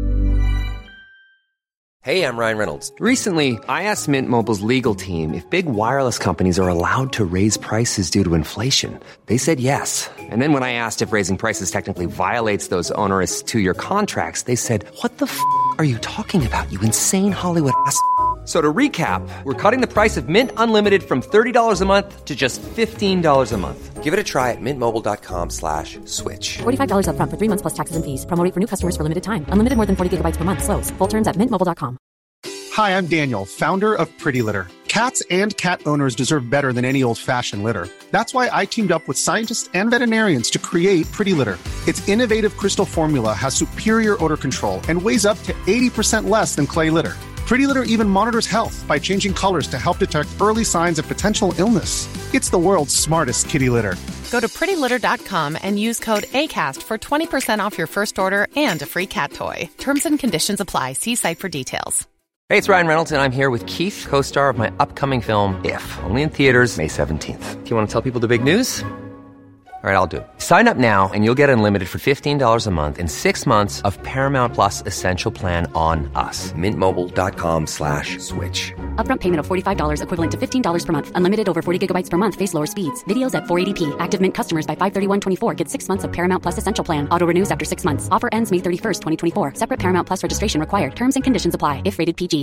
S8: Hey, I'm Ryan Reynolds. Recently, I asked Mint Mobile's legal team if big wireless companies are allowed to raise prices due to inflation. They said yes. And then when I asked if raising prices technically violates those onerous 2-year contracts, they said, "What the f*** are you talking about, you insane Hollywood ass?" So to recap, we're cutting the price of Mint Unlimited from $30 a month to just $15 a month. Give it a try at mintmobile.com/switch.
S9: $45 up front for 3 months plus taxes and fees. Promo rate for new customers for limited time. Unlimited more than 40 gigabytes per month. Slows full terms at mintmobile.com.
S10: Hi, I'm Daniel, founder of Pretty Litter. Cats and cat owners deserve better than any old-fashioned litter. That's why I teamed up with scientists and veterinarians to create Pretty Litter. Its innovative crystal formula has superior odor control and weighs up to 80% less than clay litter. Pretty Litter even monitors health by changing colors to help detect early signs of potential illness. It's the world's smartest kitty litter.
S11: Go to prettylitter.com and use code ACAST for 20% off your first order and a free cat toy. Terms and conditions apply. See site for details.
S8: Hey, it's Ryan Reynolds, and I'm here with Keith, co-star of my upcoming film, If, only in theaters May 17th. Do you want to tell people the big news? All right, I'll do it. Sign up now and you'll get unlimited for $15 a month and 6 months of Paramount Plus Essential Plan on us. mintmobile.com/switch.
S9: Upfront payment of $45 equivalent to $15 per month. Unlimited over 40 gigabytes per month. Face lower speeds. Videos at 480p. Active Mint customers by 531.24 get 6 months of Paramount Plus Essential Plan. Auto renews after 6 months. Offer ends May 31st, 2024. Separate Paramount Plus registration required. Terms and conditions apply if rated PG.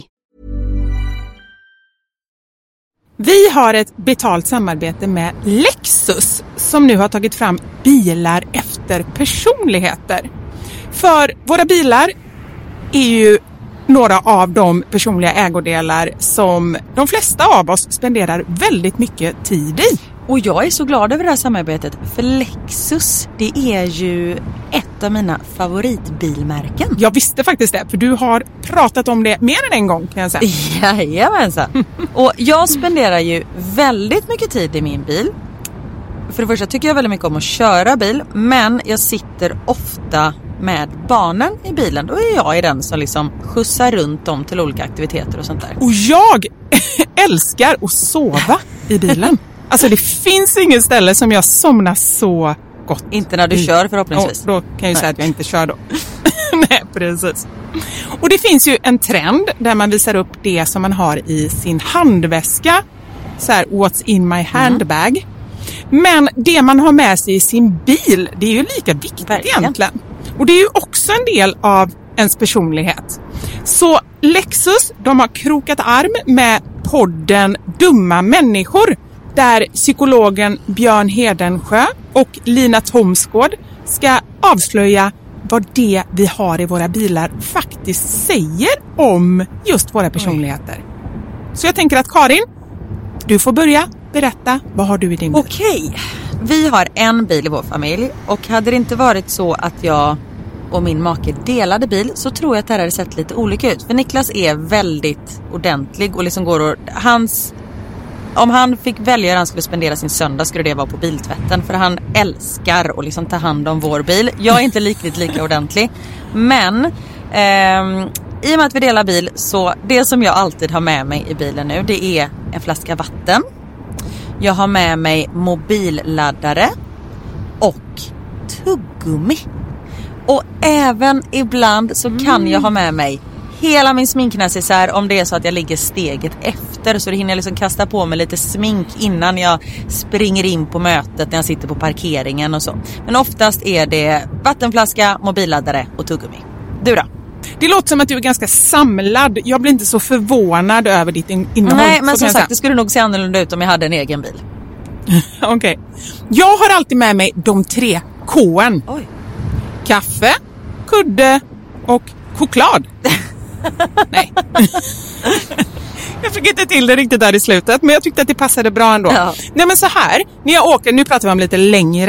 S6: Vi har ett betalt samarbete med Lexus som nu har tagit fram bilar efter personligheter. För våra bilar är ju några av de personliga ägodelar som de flesta av oss spenderar väldigt mycket tid i.
S5: Och jag är så glad över det här samarbetet, för Lexus, det är ju ett av mina favoritbilmärken.
S6: Jag visste faktiskt det, för du har pratat om det mer än en gång, kan jag säga.
S5: Jajamensan. Och jag spenderar ju väldigt mycket tid i min bil. För det första tycker jag väldigt mycket om att köra bil, men jag sitter ofta med barnen i bilen. Då är jag den som liksom skjutsar runt dem till olika aktiviteter och sånt där.
S6: Och jag älskar att sova i bilen. Alltså det finns inget ställe som jag somnar så gott.
S5: Inte när du kör förhoppningsvis.
S6: Och då kan jag säga att jag inte kör då. Nej, precis. Och det finns ju en trend där man visar upp det som man har i sin handväska. Så här, what's in my handbag. Men det man har med sig i sin bil, det är ju lika viktigt egentligen. Och det är ju också en del av ens personlighet. Så Lexus, de har krokat arm med podden Dumma människor, där psykologen Björn Hedensjö och Lina Thomsgård ska avslöja vad det vi har i våra bilar faktiskt säger om just våra personligheter. Så jag tänker att Karin, du får börja berätta, vad har du i din bil?
S5: Okej, vi har en bil i vår familj, och hade det inte varit så att jag och min make delade bil, så tror jag att det här hade sett lite olika ut. För Niklas är väldigt ordentlig och liksom går och om han fick välja hur han skulle spendera sin söndag, skulle det vara på biltvätten. För han älskar att liksom ta hand om vår bil. Jag är inte lika ordentlig. Men i och med att vi delar bil, så det som jag alltid har med mig i bilen nu, det är en flaska vatten. Jag har med mig mobilladdare och tuggummi. Och även ibland så kan jag ha med mig hela min sminknäsisär, om det är så att jag ligger steget efter, så det hinner jag liksom kasta på mig lite smink innan jag springer in på mötet när jag sitter på parkeringen och så. Men oftast är det vattenflaska, mobilladdare och tuggummi. Du då?
S6: Det låter som att du är ganska samlad. Jag blir inte så förvånad över ditt innehåll.
S5: Nej, men som sagt, det skulle nog se annorlunda ut om jag hade en egen bil.
S6: Okej. Jag har alltid med mig de 3 K:n.
S5: Oj.
S6: Kaffe, kudde och choklad. Nej. Jag fick inte till det riktigt där i slutet, men jag tyckte att det passade bra ändå. Ja. Nej, men så här, när jag åker, nu pratar vi om lite längre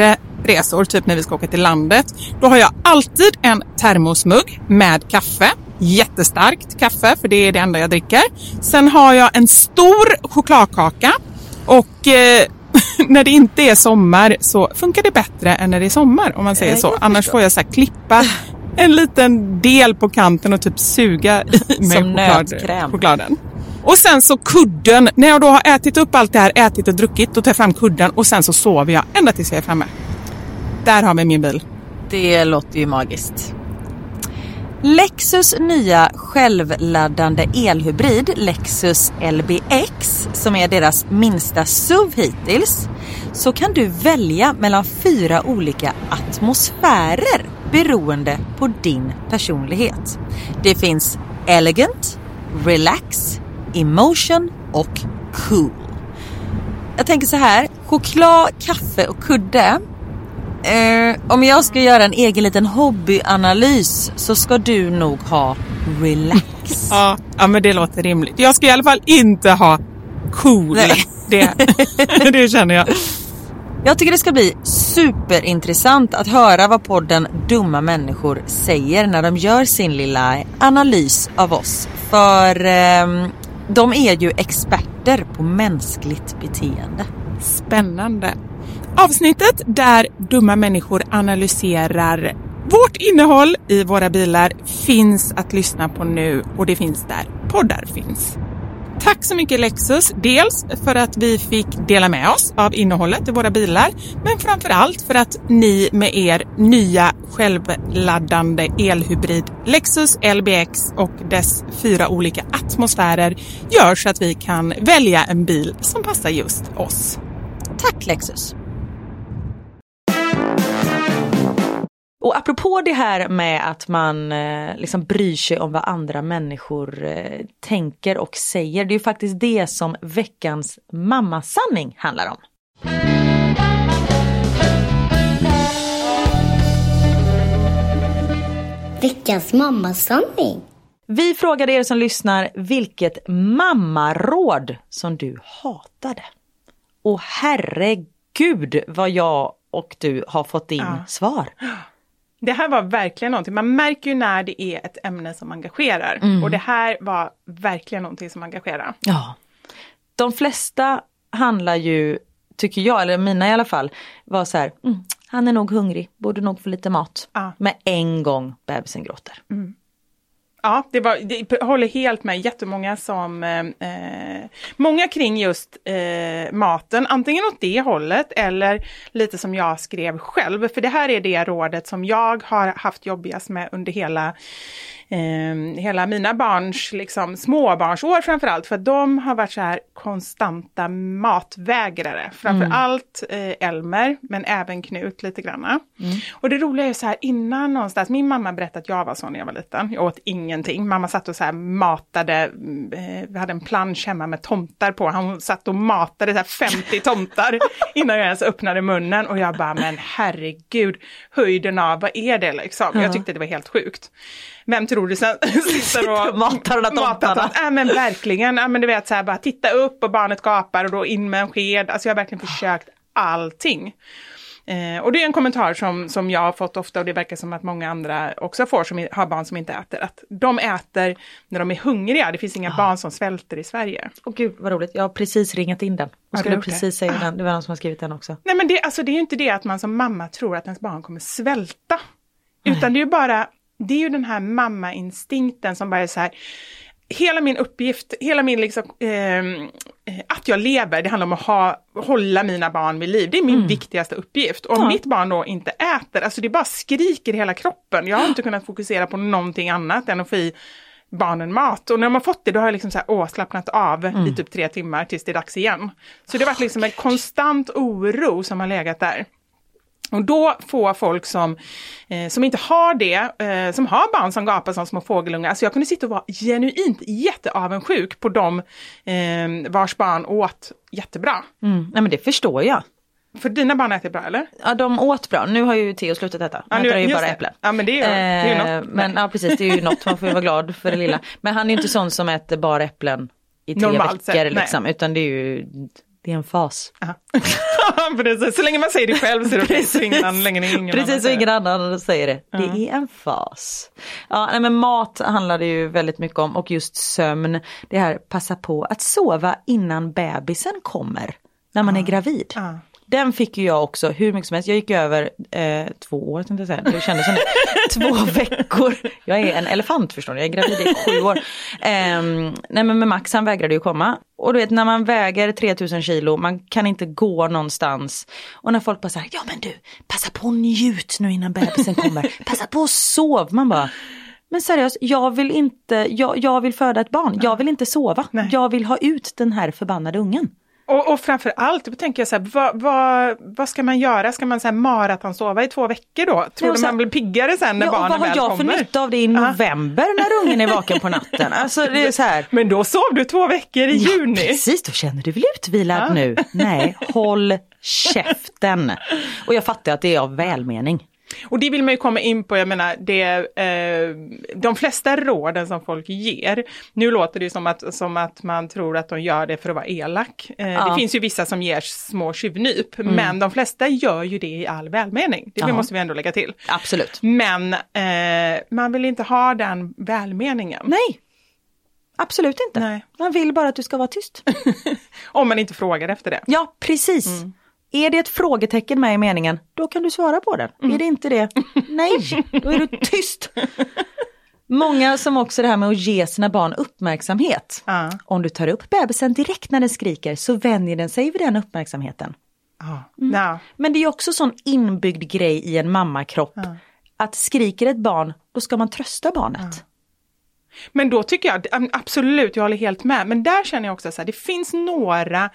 S6: resor, typ när vi ska åka till landet, då har jag alltid en termosmugg med kaffe. Jättestarkt kaffe, för det är det enda jag dricker. Sen har jag en stor chokladkaka och när det inte är sommar så funkar det bättre än när det är sommar, om man säger så. Annars får jag så här klippa en liten del på kanten och typ suga i med chokladen. Och sen så kudden, när jag då har ätit upp allt det här, ätit och druckit, då tar jag fram kudden och sen så sover jag ända tills jag är framme. Där har vi min bil.
S5: Det låter ju magiskt. Lexus nya självladdande elhybrid Lexus LBX, som är deras minsta SUV hittills, så kan du välja mellan 4 olika atmosfärer beroende på din personlighet. Det finns elegant, relax, emotion och cool. Jag tänker så här, choklad, kaffe och kudde. Om jag ska göra en egen liten hobbyanalys så ska du nog ha relax.
S6: Ja, men det låter rimligt. Jag ska i alla fall inte ha cool. Det känner jag.
S5: Jag tycker det ska bli superintressant att höra vad podden Dumma människor säger när de gör sin lilla analys av oss. För de är ju experter på mänskligt beteende.
S6: Spännande. Avsnittet där dumma människor analyserar vårt innehåll i våra bilar finns att lyssna på nu, och det finns där poddar finns. Tack så mycket Lexus, dels för att vi fick dela med oss av innehållet i våra bilar, men framförallt för att ni med er nya självladdande elhybrid Lexus LBX och dess 4 olika atmosfärer gör så att vi kan välja en bil som passar just oss.
S5: Tack Lexus! Och apropå det här med att man liksom bryr sig om vad andra människor tänker och säger. Det är ju faktiskt det som veckans mammasanning handlar om.
S7: Veckans mammasanning.
S5: Vi frågade er som lyssnar vilket mammaråd som du hatade. Och herregud vad jag och du har fått in svar.
S6: Det här var verkligen någonting. Man märker ju när det är ett ämne som engagerar. Och det här var verkligen någonting som engagerar.
S5: Ja. De flesta handlar ju, tycker jag, eller mina i alla fall, var så här, han är nog hungrig, borde nog få lite mat. Med en gång bebisen gråter.
S6: Ja, det håller helt med. Jättemånga som, många kring just maten, antingen åt det hållet eller lite som jag skrev själv. För det här är det rådet som jag har haft jobbigast med under hela mina barns, liksom småbarnsår framförallt. För de har varit så här konstanta matvägrare. Framförallt Elmer, men även Knut lite granna. Och det roliga är så här, innan någonstans, min mamma berättade att jag var så när jag var liten. Jag åt ingenting. Mamma satt och så här matade, vi hade en plansch hemma med tomtar på. Han satt och matade så här 50 tomtar innan jag ens öppnade munnen. Och jag bara, men herregud, höjden av, vad är det liksom? Jag tyckte det var helt sjukt. Vem tror du sen sitter och
S5: matar de tomtarna?
S6: Ja men verkligen, ja men du vet så här, bara titta upp och barnet gapar och då in med en sked. Alltså jag har verkligen försökt allting. Och det är en kommentar som jag har fått ofta, och det verkar som att många andra också får som har barn som inte äter. Att de äter när de är hungriga. Det finns inga barn som svälter i Sverige.
S5: Åh gud vad roligt, jag har precis ringat in den. Jag skulle precis säga den, det var någon som har skrivit den också.
S6: Nej men det är ju inte det att man som mamma tror att ens barn kommer svälta. Utan det är ju bara, det är ju den här mamma-instinkten som bara är så här. Hela min uppgift, hela min liksom, att jag lever, det handlar om att hålla mina barn vid liv. Det är min viktigaste uppgift. Och om mitt barn då inte äter, alltså det bara skriker i hela kroppen. Jag har inte kunnat fokusera på någonting annat än att få i barnen mat. Och när man fått det, då har jag liksom så här, slappnat av i typ 3 timmar tills det är dags igen. Så det har varit liksom en konstant oro som har legat där. Och då får folk som inte har det, som har barn som gapar som små fågelungar. Alltså jag kunde sitta och vara genuint jätteavundsjuk på dem vars barn åt jättebra.
S5: Nej men det förstår jag.
S6: För dina barn äter bra, eller?
S5: Ja, de åt bra. Nu har ju Theo slutat äta. Han äter ju bara äpplen.
S6: Ja, men det är ju något.
S5: Men ja, precis, det är ju något. Man får ju vara glad för det lilla. Men han är ju inte sån som äter bara äpplen i 3 veckor liksom. Utan det är Det är en fas.
S6: Precis. Så länge man säger det själv så är det okej. Så ingen
S5: annan säger det. Det är en fas. Ja, nej, men mat handlar det ju väldigt mycket om. Och just sömn. Det här, passa på att sova innan bebisen kommer. När man är gravid. Den fick ju jag också hur mycket som helst. Jag gick över 2 år, tänkte jag säga. Det kändes som det. 2 veckor. Jag är en elefant, förstår ni. Jag är gravid i 7 år. Nej, men med Max, han vägrade ju komma. Och du vet, när man väger 3000 kilo, man kan inte gå någonstans. Och när folk bara säger, ja men du, passa på och njut nu innan bebisen kommer. Passa på och sov. Man bara, men seriöst, jag vill föda ett barn. Jag vill inte sova. Nej. Jag vill ha ut den här förbannade ungen.
S6: Och framför allt, då tänker jag så här, vad ska man göra? Ska man så här maratonsova i 2 veckor då? Tror du man blir piggare sen när barnen väl kommer?
S5: Vad har jag för nytta av det i november när ungen är vaken på natten? Alltså det är så här.
S6: Men då sov du 2 veckor i juni.
S5: Precis, då känner du väl utvilad nu? Nej, håll käften. Och jag fattar att det är av välmening.
S6: Och det vill man ju komma in på, jag menar, de flesta råden som folk ger, nu låter det ju som att man tror att de gör det för att vara elak. Det finns ju vissa som ger små tjuvnyp, men de flesta gör ju det i all välmening. Det måste vi ändå lägga till.
S5: Absolut.
S6: Men man vill inte ha den välmeningen.
S5: Nej, absolut inte.
S6: Nej.
S5: Man vill bara att du ska vara tyst.
S6: Om man inte frågar efter det.
S5: Ja, precis. Är det ett frågetecken med i meningen, då kan du svara på det. Är det inte det? Nej, då är du tyst. Många som också det här med att ge sina barn uppmärksamhet. Om du tar upp bebisen direkt när den skriker så vänjer den sig vid den uppmärksamheten. Men det är också sån inbyggd grej i en mammakropp. Att skriker ett barn, då ska man trösta barnet.
S6: Men då tycker jag, absolut, jag håller helt med. Men där känner jag också att det finns några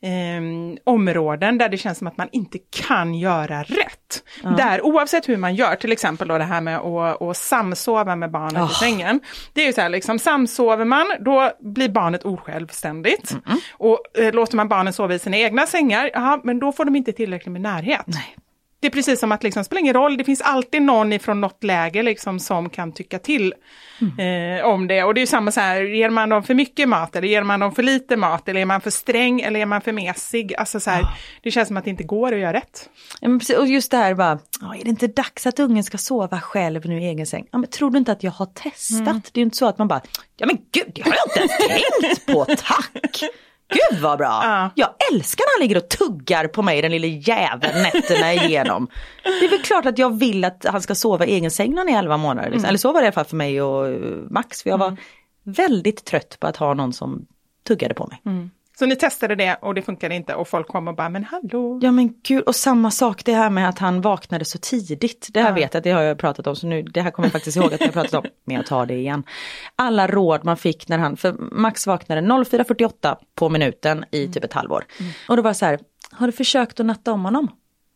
S6: områden där det känns som att man inte kan göra rätt. Där, oavsett hur man gör, till exempel då det här med att samsova med barnet i sängen. Det är ju så här, liksom, samsover man, då blir barnet osjälvständigt. Och låter man barnen sova i sina egna sängar, men då får de inte tillräckligt med närhet.
S5: Nej.
S6: Det är precis som att liksom, spelar ingen roll, det finns alltid någon ifrån något läge liksom, som kan tycka till om det. Och det är ju samma så här, ger man dem för mycket mat eller ger man dem för lite mat eller är man för sträng eller är man för mesig? Alltså så här, det känns som att det inte går att göra rätt.
S5: Ja, men precis, och just det här bara, är det inte dags att ungen ska sova själv nu i egen säng? Ja, men tror du inte att jag har testat? Det är ju inte så att man bara, ja men gud, det har jag inte ens tänkt på, tack! Gud vad bra. Jag älskar när han ligger och tuggar på mig, den lilla jäveln, nätterna igenom. Det är väl klart att jag vill att han ska sova i egen säng när han är 11 månader. Liksom. Eller så var det i alla fall för mig och Max. För jag var väldigt trött på att ha någon som tuggade på mig.
S6: Så ni testade det och det funkade inte och folk kom och bara, men hallå.
S5: Ja men gud, och samma sak det här med att han vaknade så tidigt. Det här vet jag att det har jag pratat om, så nu, det här kommer jag faktiskt ihåg att jag har pratat om. Men jag tar det igen. Alla råd man fick när för Max vaknade 04:48 på minuten i typ ett halvår. Och då var så här, har du försökt att natta om honom?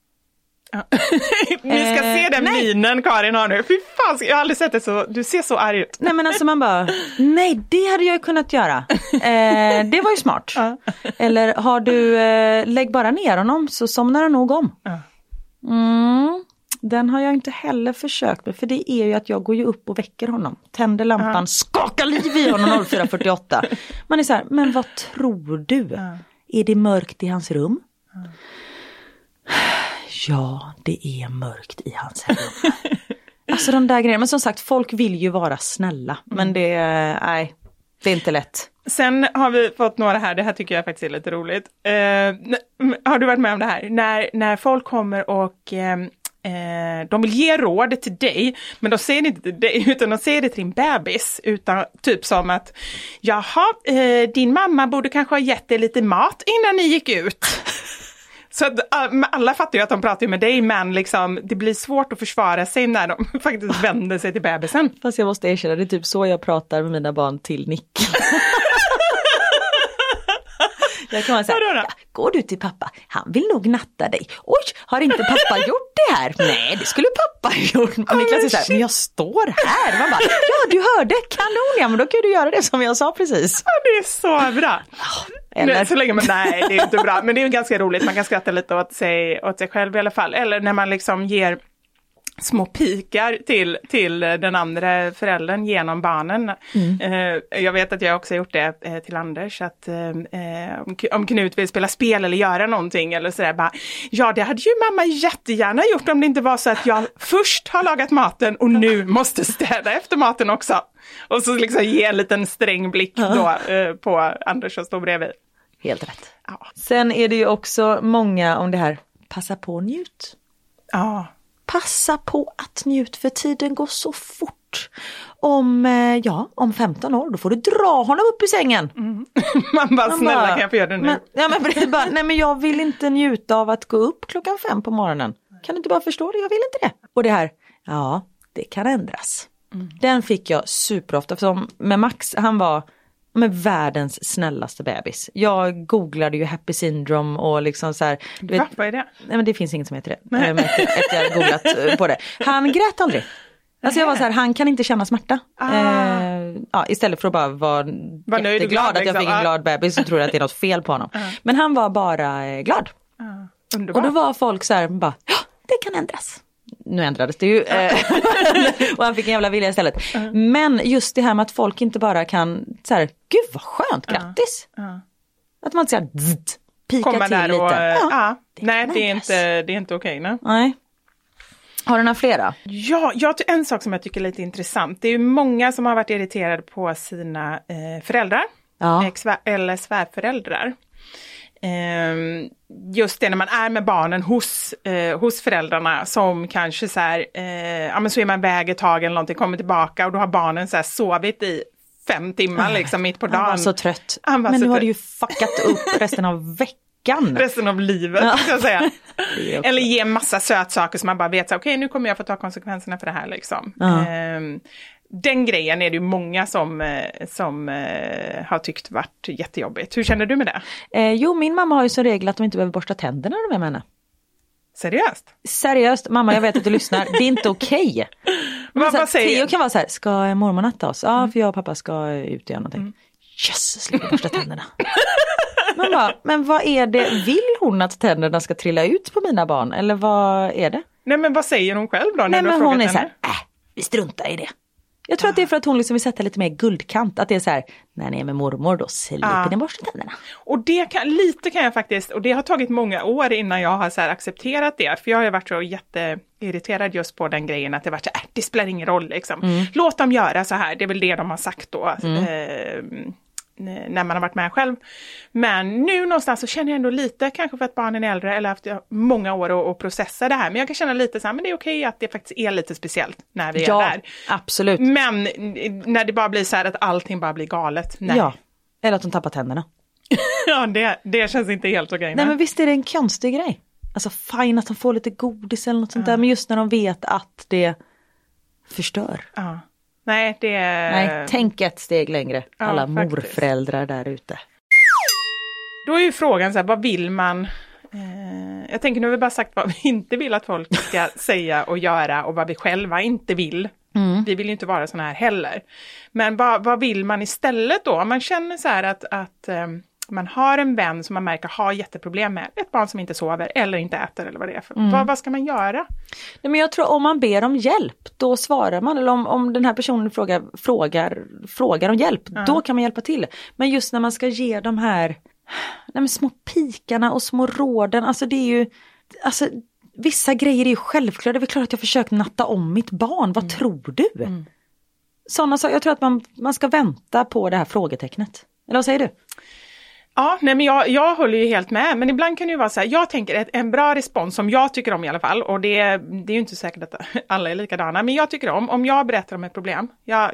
S6: Ni ska se den minen Karin har nu. Fy fan, jag har aldrig sett det så. Du ser så arg ut.
S5: Nej men alltså man bara, nej det hade jag kunnat göra. Det var ju smart. Eller har du, lägg bara ner honom så somnar han nog om. Den har jag inte heller försökt med. För det är ju att jag går ju upp och väcker honom. Tänder lampan, skakar liv i honom 04:48. Man är så här, men vad tror du? Är det mörkt i hans rum? Ja, det är mörkt i hans rum. Alltså de där grejerna. Men som sagt, folk vill ju vara snälla. Men det är inte lätt.
S6: Sen har vi fått några här, det här tycker jag faktiskt är lite roligt. Har du varit med om det här? När folk kommer och de vill ge råd till dig, men de säger det inte till dig utan de säger det till din bebis. Utan typ som att, jaha, din mamma borde kanske ha gett dig lite mat innan ni gick ut. Så att, alla fattar ju att de pratar med dig, men liksom, det blir svårt att försvara sig när de faktiskt vänder sig till bebisen.
S5: Fast jag måste erkänna, det är typ så jag pratar med mina barn till Nick. Jag kan säga, går du till pappa? Han vill nog natta dig. Oj, har inte pappa gjort det här? Nej, det skulle pappa ha gjort. Men Niklas är så här, men jag står här. Man bara, ja du hörde, kanon, ja men då kan du göra det som jag sa precis.
S6: Ja, det är så bra.
S5: Eller?
S6: Så länge man, nej, det är inte bra. Men det är ju ganska roligt, man kan skratta lite åt sig själv i alla fall. Eller när man liksom ger små pikar till den andra föräldern genom barnen. Jag vet att jag också har gjort det till Anders, att om Knut vill spela spel eller göra någonting eller sådär, bara, ja, det hade ju mamma jättegärna gjort om det inte var så att jag först har lagat maten och nu måste städa efter maten också. Och så liksom ge en liten sträng blick då på Anders som står bredvid.
S5: Helt rätt.
S6: Ja.
S5: Sen är det ju också många om det här, passa på och njut.
S6: Ja.
S5: Passa på att njut, för tiden går så fort. Om 15 år, då får du dra honom upp i sängen.
S6: Man bara, snälla kan jag få göra det nu?
S5: Men jag vill inte njuta av att gå upp 5:00 på morgonen. Kan du inte bara förstå det? Jag vill inte det. Och det här, ja, det kan ändras. Den fick jag superofta, för med Max, han var med världens snällaste bebis. Jag googlade ju happy syndrome och liksom så här.
S6: Vad är det?
S5: Nej, men det finns inget som heter det. Efter jag hade googlat på det. Han grät aldrig. Alltså jag var så här, han kan inte känna smärta. Istället för att bara vara jätteglad att jag fick en glad bebis, så tror jag att det är något fel på honom. Men han var bara glad.
S6: Underbar.
S5: Och då var folk så här, bara, ja, det kan ändras. Nu ändrades det ju. Och han fick en jävla vilja istället. Men just det här med att folk inte bara kan så här, gud vad skönt, grattis. Att man inte så här, pika
S6: komma
S5: till
S6: där
S5: lite.
S6: Och, nej, det är inte okej.
S5: Nej. Har du några flera?
S6: Ja, en sak som jag tycker är lite intressant. Det är ju många som har varit irriterade på sina föräldrar. Eller svärföräldrar. Just det, när man är med barnen hos föräldrarna som kanske så här, men så är man iväg ett tag eller någonting, kommer tillbaka och då har barnen så här sovit i 5 timmar liksom mitt på dagen.
S5: Han var så trött. Men nu har du ju fuckat upp resten av veckan.
S6: Resten av livet, ska jag säga. Eller ge massa sötsaker som man bara vet, okej, nu kommer jag få ta konsekvenserna för det här liksom. Den grejen är det ju många som har tyckt varit jättejobbigt. Hur känner du med det?
S5: Jo, min mamma har ju så regel att de inte behöver borsta tänderna när de är med henne.
S6: Seriöst?
S5: Mamma, jag vet att du lyssnar. Det är inte okej.
S6: Vad säger
S5: Theo kan vara så här, ska mormor natta oss? Ja, för jag och pappa ska ut och göra någonting. Yes, slipper borsta tänderna. Men vad är det? Vill hon att tänderna ska trilla ut på mina barn? Eller vad är det?
S6: Nej, men vad säger hon själv då? När du
S5: hon är så här, vi struntar i det. Jag tror att det är för att hon liksom vill sätta lite mer guldkant. Att det är så här, när ni är med mormor då slipper ni borsta tänderna. Och
S6: det kan jag faktiskt, och det har tagit många år innan jag har så här accepterat det. För jag har ju varit så jätteirriterad just på den grejen att det varit så här, det spelar ingen roll liksom. Låt dem göra så här, det är väl det de har sagt då. När man har varit med själv. Men nu någonstans så känner jag ändå lite, kanske för att barnen är äldre eller haft många år att processa det här. Men jag kan känna lite så här, men det är okej att det faktiskt är lite speciellt när vi är där.
S5: Absolut.
S6: Men när det bara blir så här att allting bara blir galet. Nej.
S5: Ja, eller att de tappar tänderna.
S6: Ja, det känns inte helt okej.
S5: Nej, men visst är det en konstig grej. Alltså fine att de får lite godis eller något sånt där. Men just när de vet att det förstör.
S6: Ja. Nej,
S5: tänk ett steg längre. Alla morföräldrar där ute.
S6: Då är ju frågan så här, vad vill man? Jag tänker, nu har vi bara sagt vad vi inte vill att folk ska säga och göra och vad vi själva inte vill. Vi vill ju inte vara såna här heller. Men vad vill man istället då? Om man känner så här att man har en vän som man märker har jätteproblem med. Ett barn som inte sover eller inte äter eller vad det är för. Vad ska man göra?
S5: Nej, men jag tror om man ber om hjälp, då svarar man. Eller om den här personen frågar om hjälp, då kan man hjälpa till. Men just när man ska ge de här små pikarna och små råden. Alltså det är ju... Alltså, vissa grejer är ju självklara. Det är väl klart att jag försökt natta om mitt barn. Vad tror du? Sådana saker. Jag tror att man ska vänta på det här frågetecknet. Eller vad säger du?
S6: Ja, nej, men jag håller ju helt med. Men ibland kan det ju vara så här, jag tänker en bra respons som jag tycker om i alla fall. Och det är ju inte säkert att alla är likadana. Men jag tycker om jag berättar om ett problem.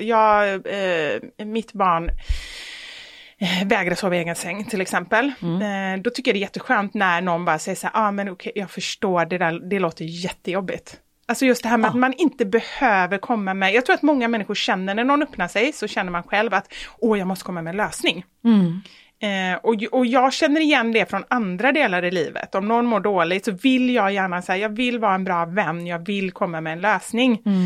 S6: Mitt barn vägrar sova i egen säng till exempel. Då tycker jag det är jätteskönt när någon bara säger så här, men okej, jag förstår, det låter jättejobbigt. Alltså just det här med att man inte behöver komma med... Jag tror att många människor känner, när någon öppnar sig så känner man själv att jag måste komma med en lösning. Och jag känner igen det från andra delar i livet. Om någon mår dåligt så vill jag gärna säga, jag vill vara en bra vän, jag vill komma med en lösning.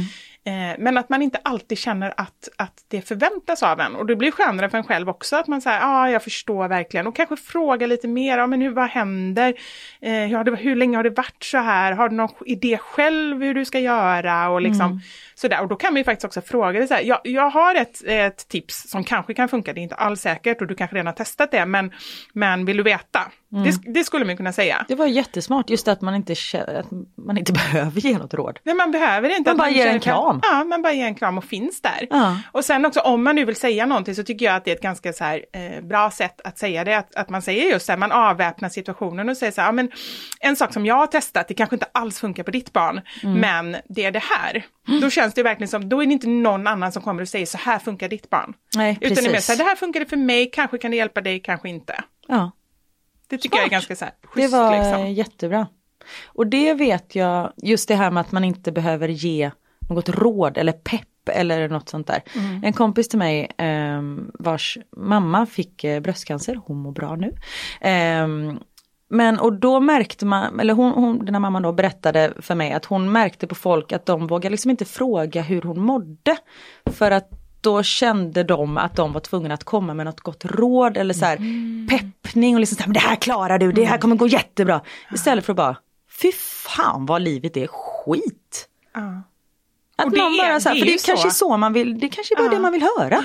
S6: Men att man inte alltid känner att det förväntas av en. Och det blir skönare för en själv också. Att man säger, jag förstår verkligen. Och kanske fråga lite mer. Men vad händer? Hur länge har det varit så här? Har du någon idé själv hur du ska göra? Och liksom sådär. Och då kan man ju faktiskt också fråga det så här. Jag har ett tips som kanske kan funka. Det är inte alls säkert. Och du kanske redan har testat det. Men vill du veta? Det skulle man kunna säga.
S5: Det var jättesmart. Just att man inte behöver ge något råd.
S6: Nej, man behöver inte.
S5: Man bara ger en kram.
S6: Ja, man bara ger en kram och finns där. Ja. Och sen också, om man nu vill säga någonting så tycker jag att det är ett ganska så här, bra sätt att säga det. Att man säger just så här, man avväpnar situationen och säger så här, men en sak som jag har testat, det kanske inte alls funkar på ditt barn, men det är det här. Då känns det verkligen som, då är det inte någon annan som kommer och säger så här funkar ditt barn.
S5: Nej, precis.
S6: Utan det är mer så här, det här funkar det för mig, kanske kan det hjälpa dig, kanske inte.
S5: Ja.
S6: Det tycker jag är ganska så här schysst,
S5: det var
S6: liksom.
S5: Jättebra. Och det vet jag, just det här med att man inte behöver ge något råd eller pepp eller något sånt där. En kompis till mig vars mamma fick bröstcancer, hon mår bra nu. Men och då märkte man, eller hon, den här mamman då berättade för mig att hon märkte på folk att de vågade liksom inte fråga hur hon mådde. För att då kände de att de var tvungna att komma med något gott råd eller så här peppning och liksom så här, men det här klarar du, det här kommer gå jättebra. Istället för att bara, fy fan vad livet är skit. Att
S6: och
S5: någon bara så här, för det är kanske så man vill, det kanske är bara det man vill höra.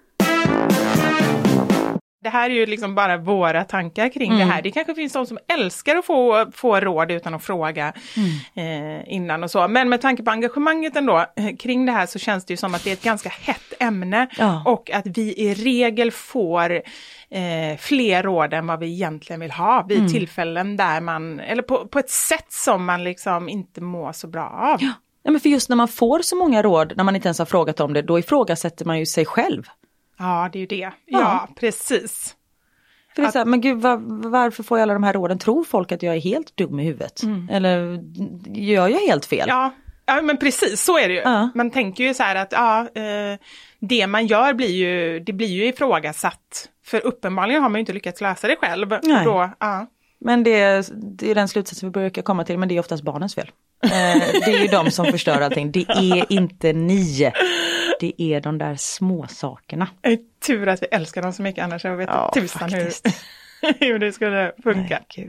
S6: Det här är ju liksom bara våra tankar kring det här. Det kanske finns de som älskar att få råd utan att fråga innan och så. Men med tanke på engagemanget ändå kring det här så känns det ju som att det är ett ganska hett ämne. Ja. Och att vi i regel får fler råd än vad vi egentligen vill ha vid tillfällen där man, eller på ett sätt som man liksom inte mår så bra av.
S5: Ja, men för just när man får så många råd, när man inte ens har frågat om det, då ifrågasätter man ju sig själv.
S6: Ja, det är ju det. Ja, precis.
S5: För det är så här, men gud, varför får jag alla de här råden? Tror folk att jag är helt dum i huvudet? Eller gör jag helt fel?
S6: Ja, men precis, så är det ju. Man tänker ju så här att det man gör blir ju ifrågasatt. För uppenbarligen har man ju inte lyckats lösa det själv.
S5: Nej.
S6: Och då,
S5: Men det är den slutsatsen vi brukar komma till, men det är oftast barnens fel. Det är ju de som förstör allting. Det är inte ni. Det är de där små sakerna.
S6: Tur att vi älskar dem så mycket, annars jag vet inte tusan hur det skulle funka.
S5: Nej,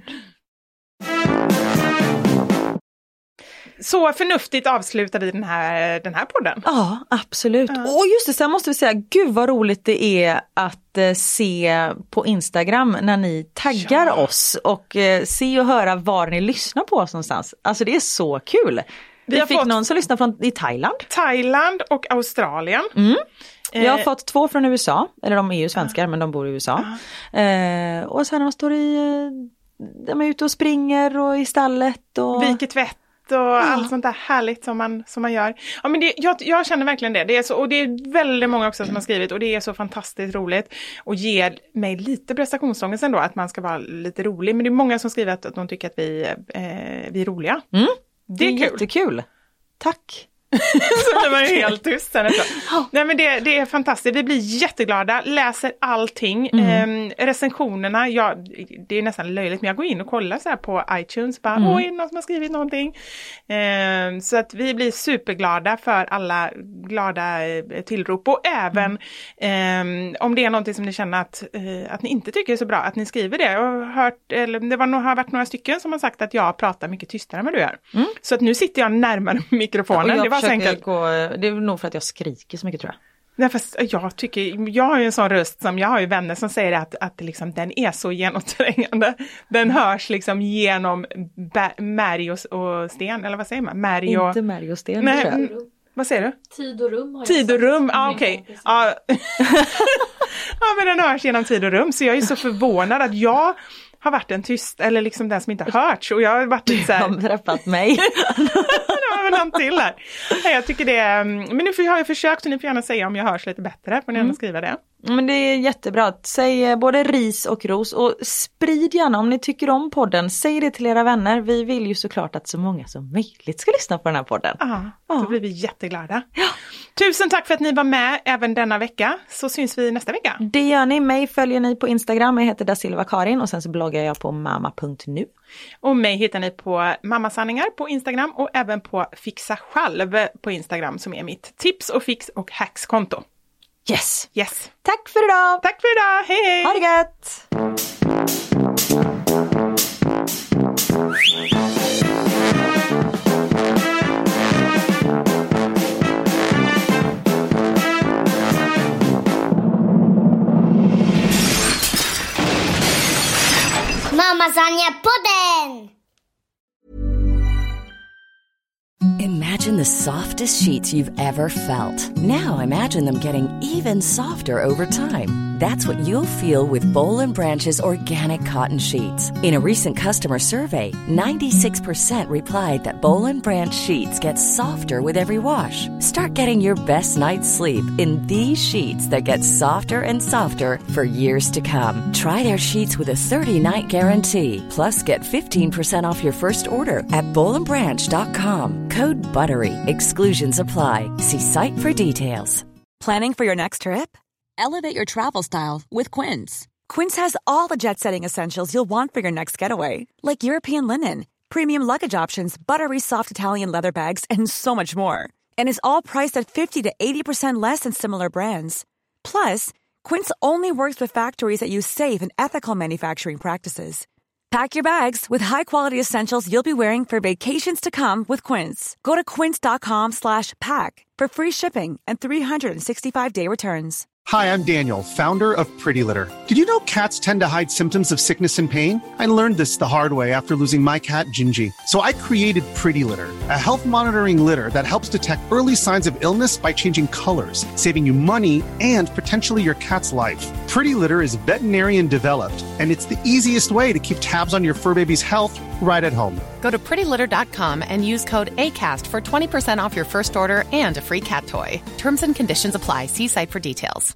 S6: så förnuftigt avslutar vi den här podden.
S5: Ja, absolut. Och just det, sen måste vi säga, gud vad roligt det är att se på Instagram när ni taggar oss och se och höra var ni lyssnar på oss någonstans. Alltså det är så kul. Vi fick någon som lyssnar i Thailand och Australien. Jag har fått 2 från USA, eller de är ju svenskar men de bor i USA. Och sen de står de är ute och springer och i stallet och
S6: viker tvätt och allt sånt där härligt som man gör. Ja, men jag känner verkligen det. Det är så, och det är väldigt många också som har skrivit och det är så fantastiskt roligt och ger mig lite prestationsångest ändå att man ska vara lite rolig. Men det är många som skriver att de tycker att vi är roliga.
S5: Det är jättekul. Tack.
S6: Så det var ju helt tyst sen efter. Nej, men det är fantastiskt. Vi blir jätteglada. Läser allting. Recensionerna, det är nästan löjligt. Men jag går in och kollar så här på iTunes. Bara, oj, någon som har skrivit någonting. Så att vi blir superglada för alla glada tillrop. Och även om det är någonting som ni känner att ni inte tycker är så bra, att ni skriver det. Jag har hört, eller det har varit några stycken som har sagt att jag pratar mycket tystare än vad du gör. Så att nu sitter jag närmare mikrofonen.
S5: Det är nog för att jag skriker så mycket, tror jag.
S6: Nej, fast jag har ju en sån röst som, jag har ju vänner som säger att liksom, den är så genomträngande. Den hörs liksom genom märg och sten, eller vad säger man?
S5: Inte märg och sten.
S6: Nej, vad säger du?
S12: Tid och rum.
S6: Tid och rum, okej. Ja, men den hörs genom tid och rum, så jag är så förvånad att jag har varit en tyst, eller liksom den som inte har hört. Och jag har varit lite så här...
S5: Du har träffat mig.
S6: Det var väl någon till här. Jag tycker det är... Men nu har jag försökt, och ni får gärna säga om jag hörs lite bättre. Får ni gärna skriva det.
S5: Men det är jättebra. Säg både ris och ros och sprid gärna om ni tycker om podden. Säg det till era vänner. Vi vill ju såklart att så många som möjligt ska lyssna på den här podden.
S6: Då blir vi jätteglada. Ja. Tusen tack för att ni var med även denna vecka. Så syns vi nästa vecka.
S5: Det gör ni. Mig följer ni på Instagram. Jag heter Da Silva Karin och sen så bloggar jag på mamma.nu.
S6: Och mig hittar ni på Mammasanningar på Instagram och även på Fixa Själv på Instagram som är mitt tips och fix och hacks-konto.
S5: Yes.
S6: Tack för idag. Hej hej.
S5: Ha det gött.
S7: Mammasanningar-podden!
S12: Imagine the softest sheets you've ever felt. Now imagine them getting even softer over time. That's what you'll feel with Boll & Branch's organic cotton sheets. In a recent customer survey, 96% replied that Boll & Branch sheets get softer with every wash. Start getting your best night's sleep in these sheets that get softer and softer for years to come. Try their sheets with a 30-night guarantee. Plus, get 15% off your first order at bollandbranch.com. Code BUTTERY. Exclusions apply. See site for details.
S13: Planning for your next trip? Elevate your travel style with Quince. Quince has all the jet-setting essentials you'll want for your next getaway, like European linen, premium luggage options, buttery soft Italian leather bags, and so much more. And is all priced at 50 to 80% less than similar brands. Plus, Quince only works with factories that use safe and ethical manufacturing practices. Pack your bags with high-quality essentials you'll be wearing for vacations to come with Quince. Go to quince.com/pack for free shipping and 365-day returns.
S10: Hi, I'm Daniel, founder of Pretty Litter. Did you know cats tend to hide symptoms of sickness and pain? I learned this the hard way after losing my cat, Gingy. So I created Pretty Litter, a health monitoring litter that helps detect early signs of illness by changing colors, saving you money and potentially your cat's life. Pretty Litter is veterinarian developed, and it's the easiest way to keep tabs on your fur baby's health right at home.
S11: Go to prettylitter.com and use code ACAST for 20% off your first order and a free cat toy. Terms and conditions apply. See site for details.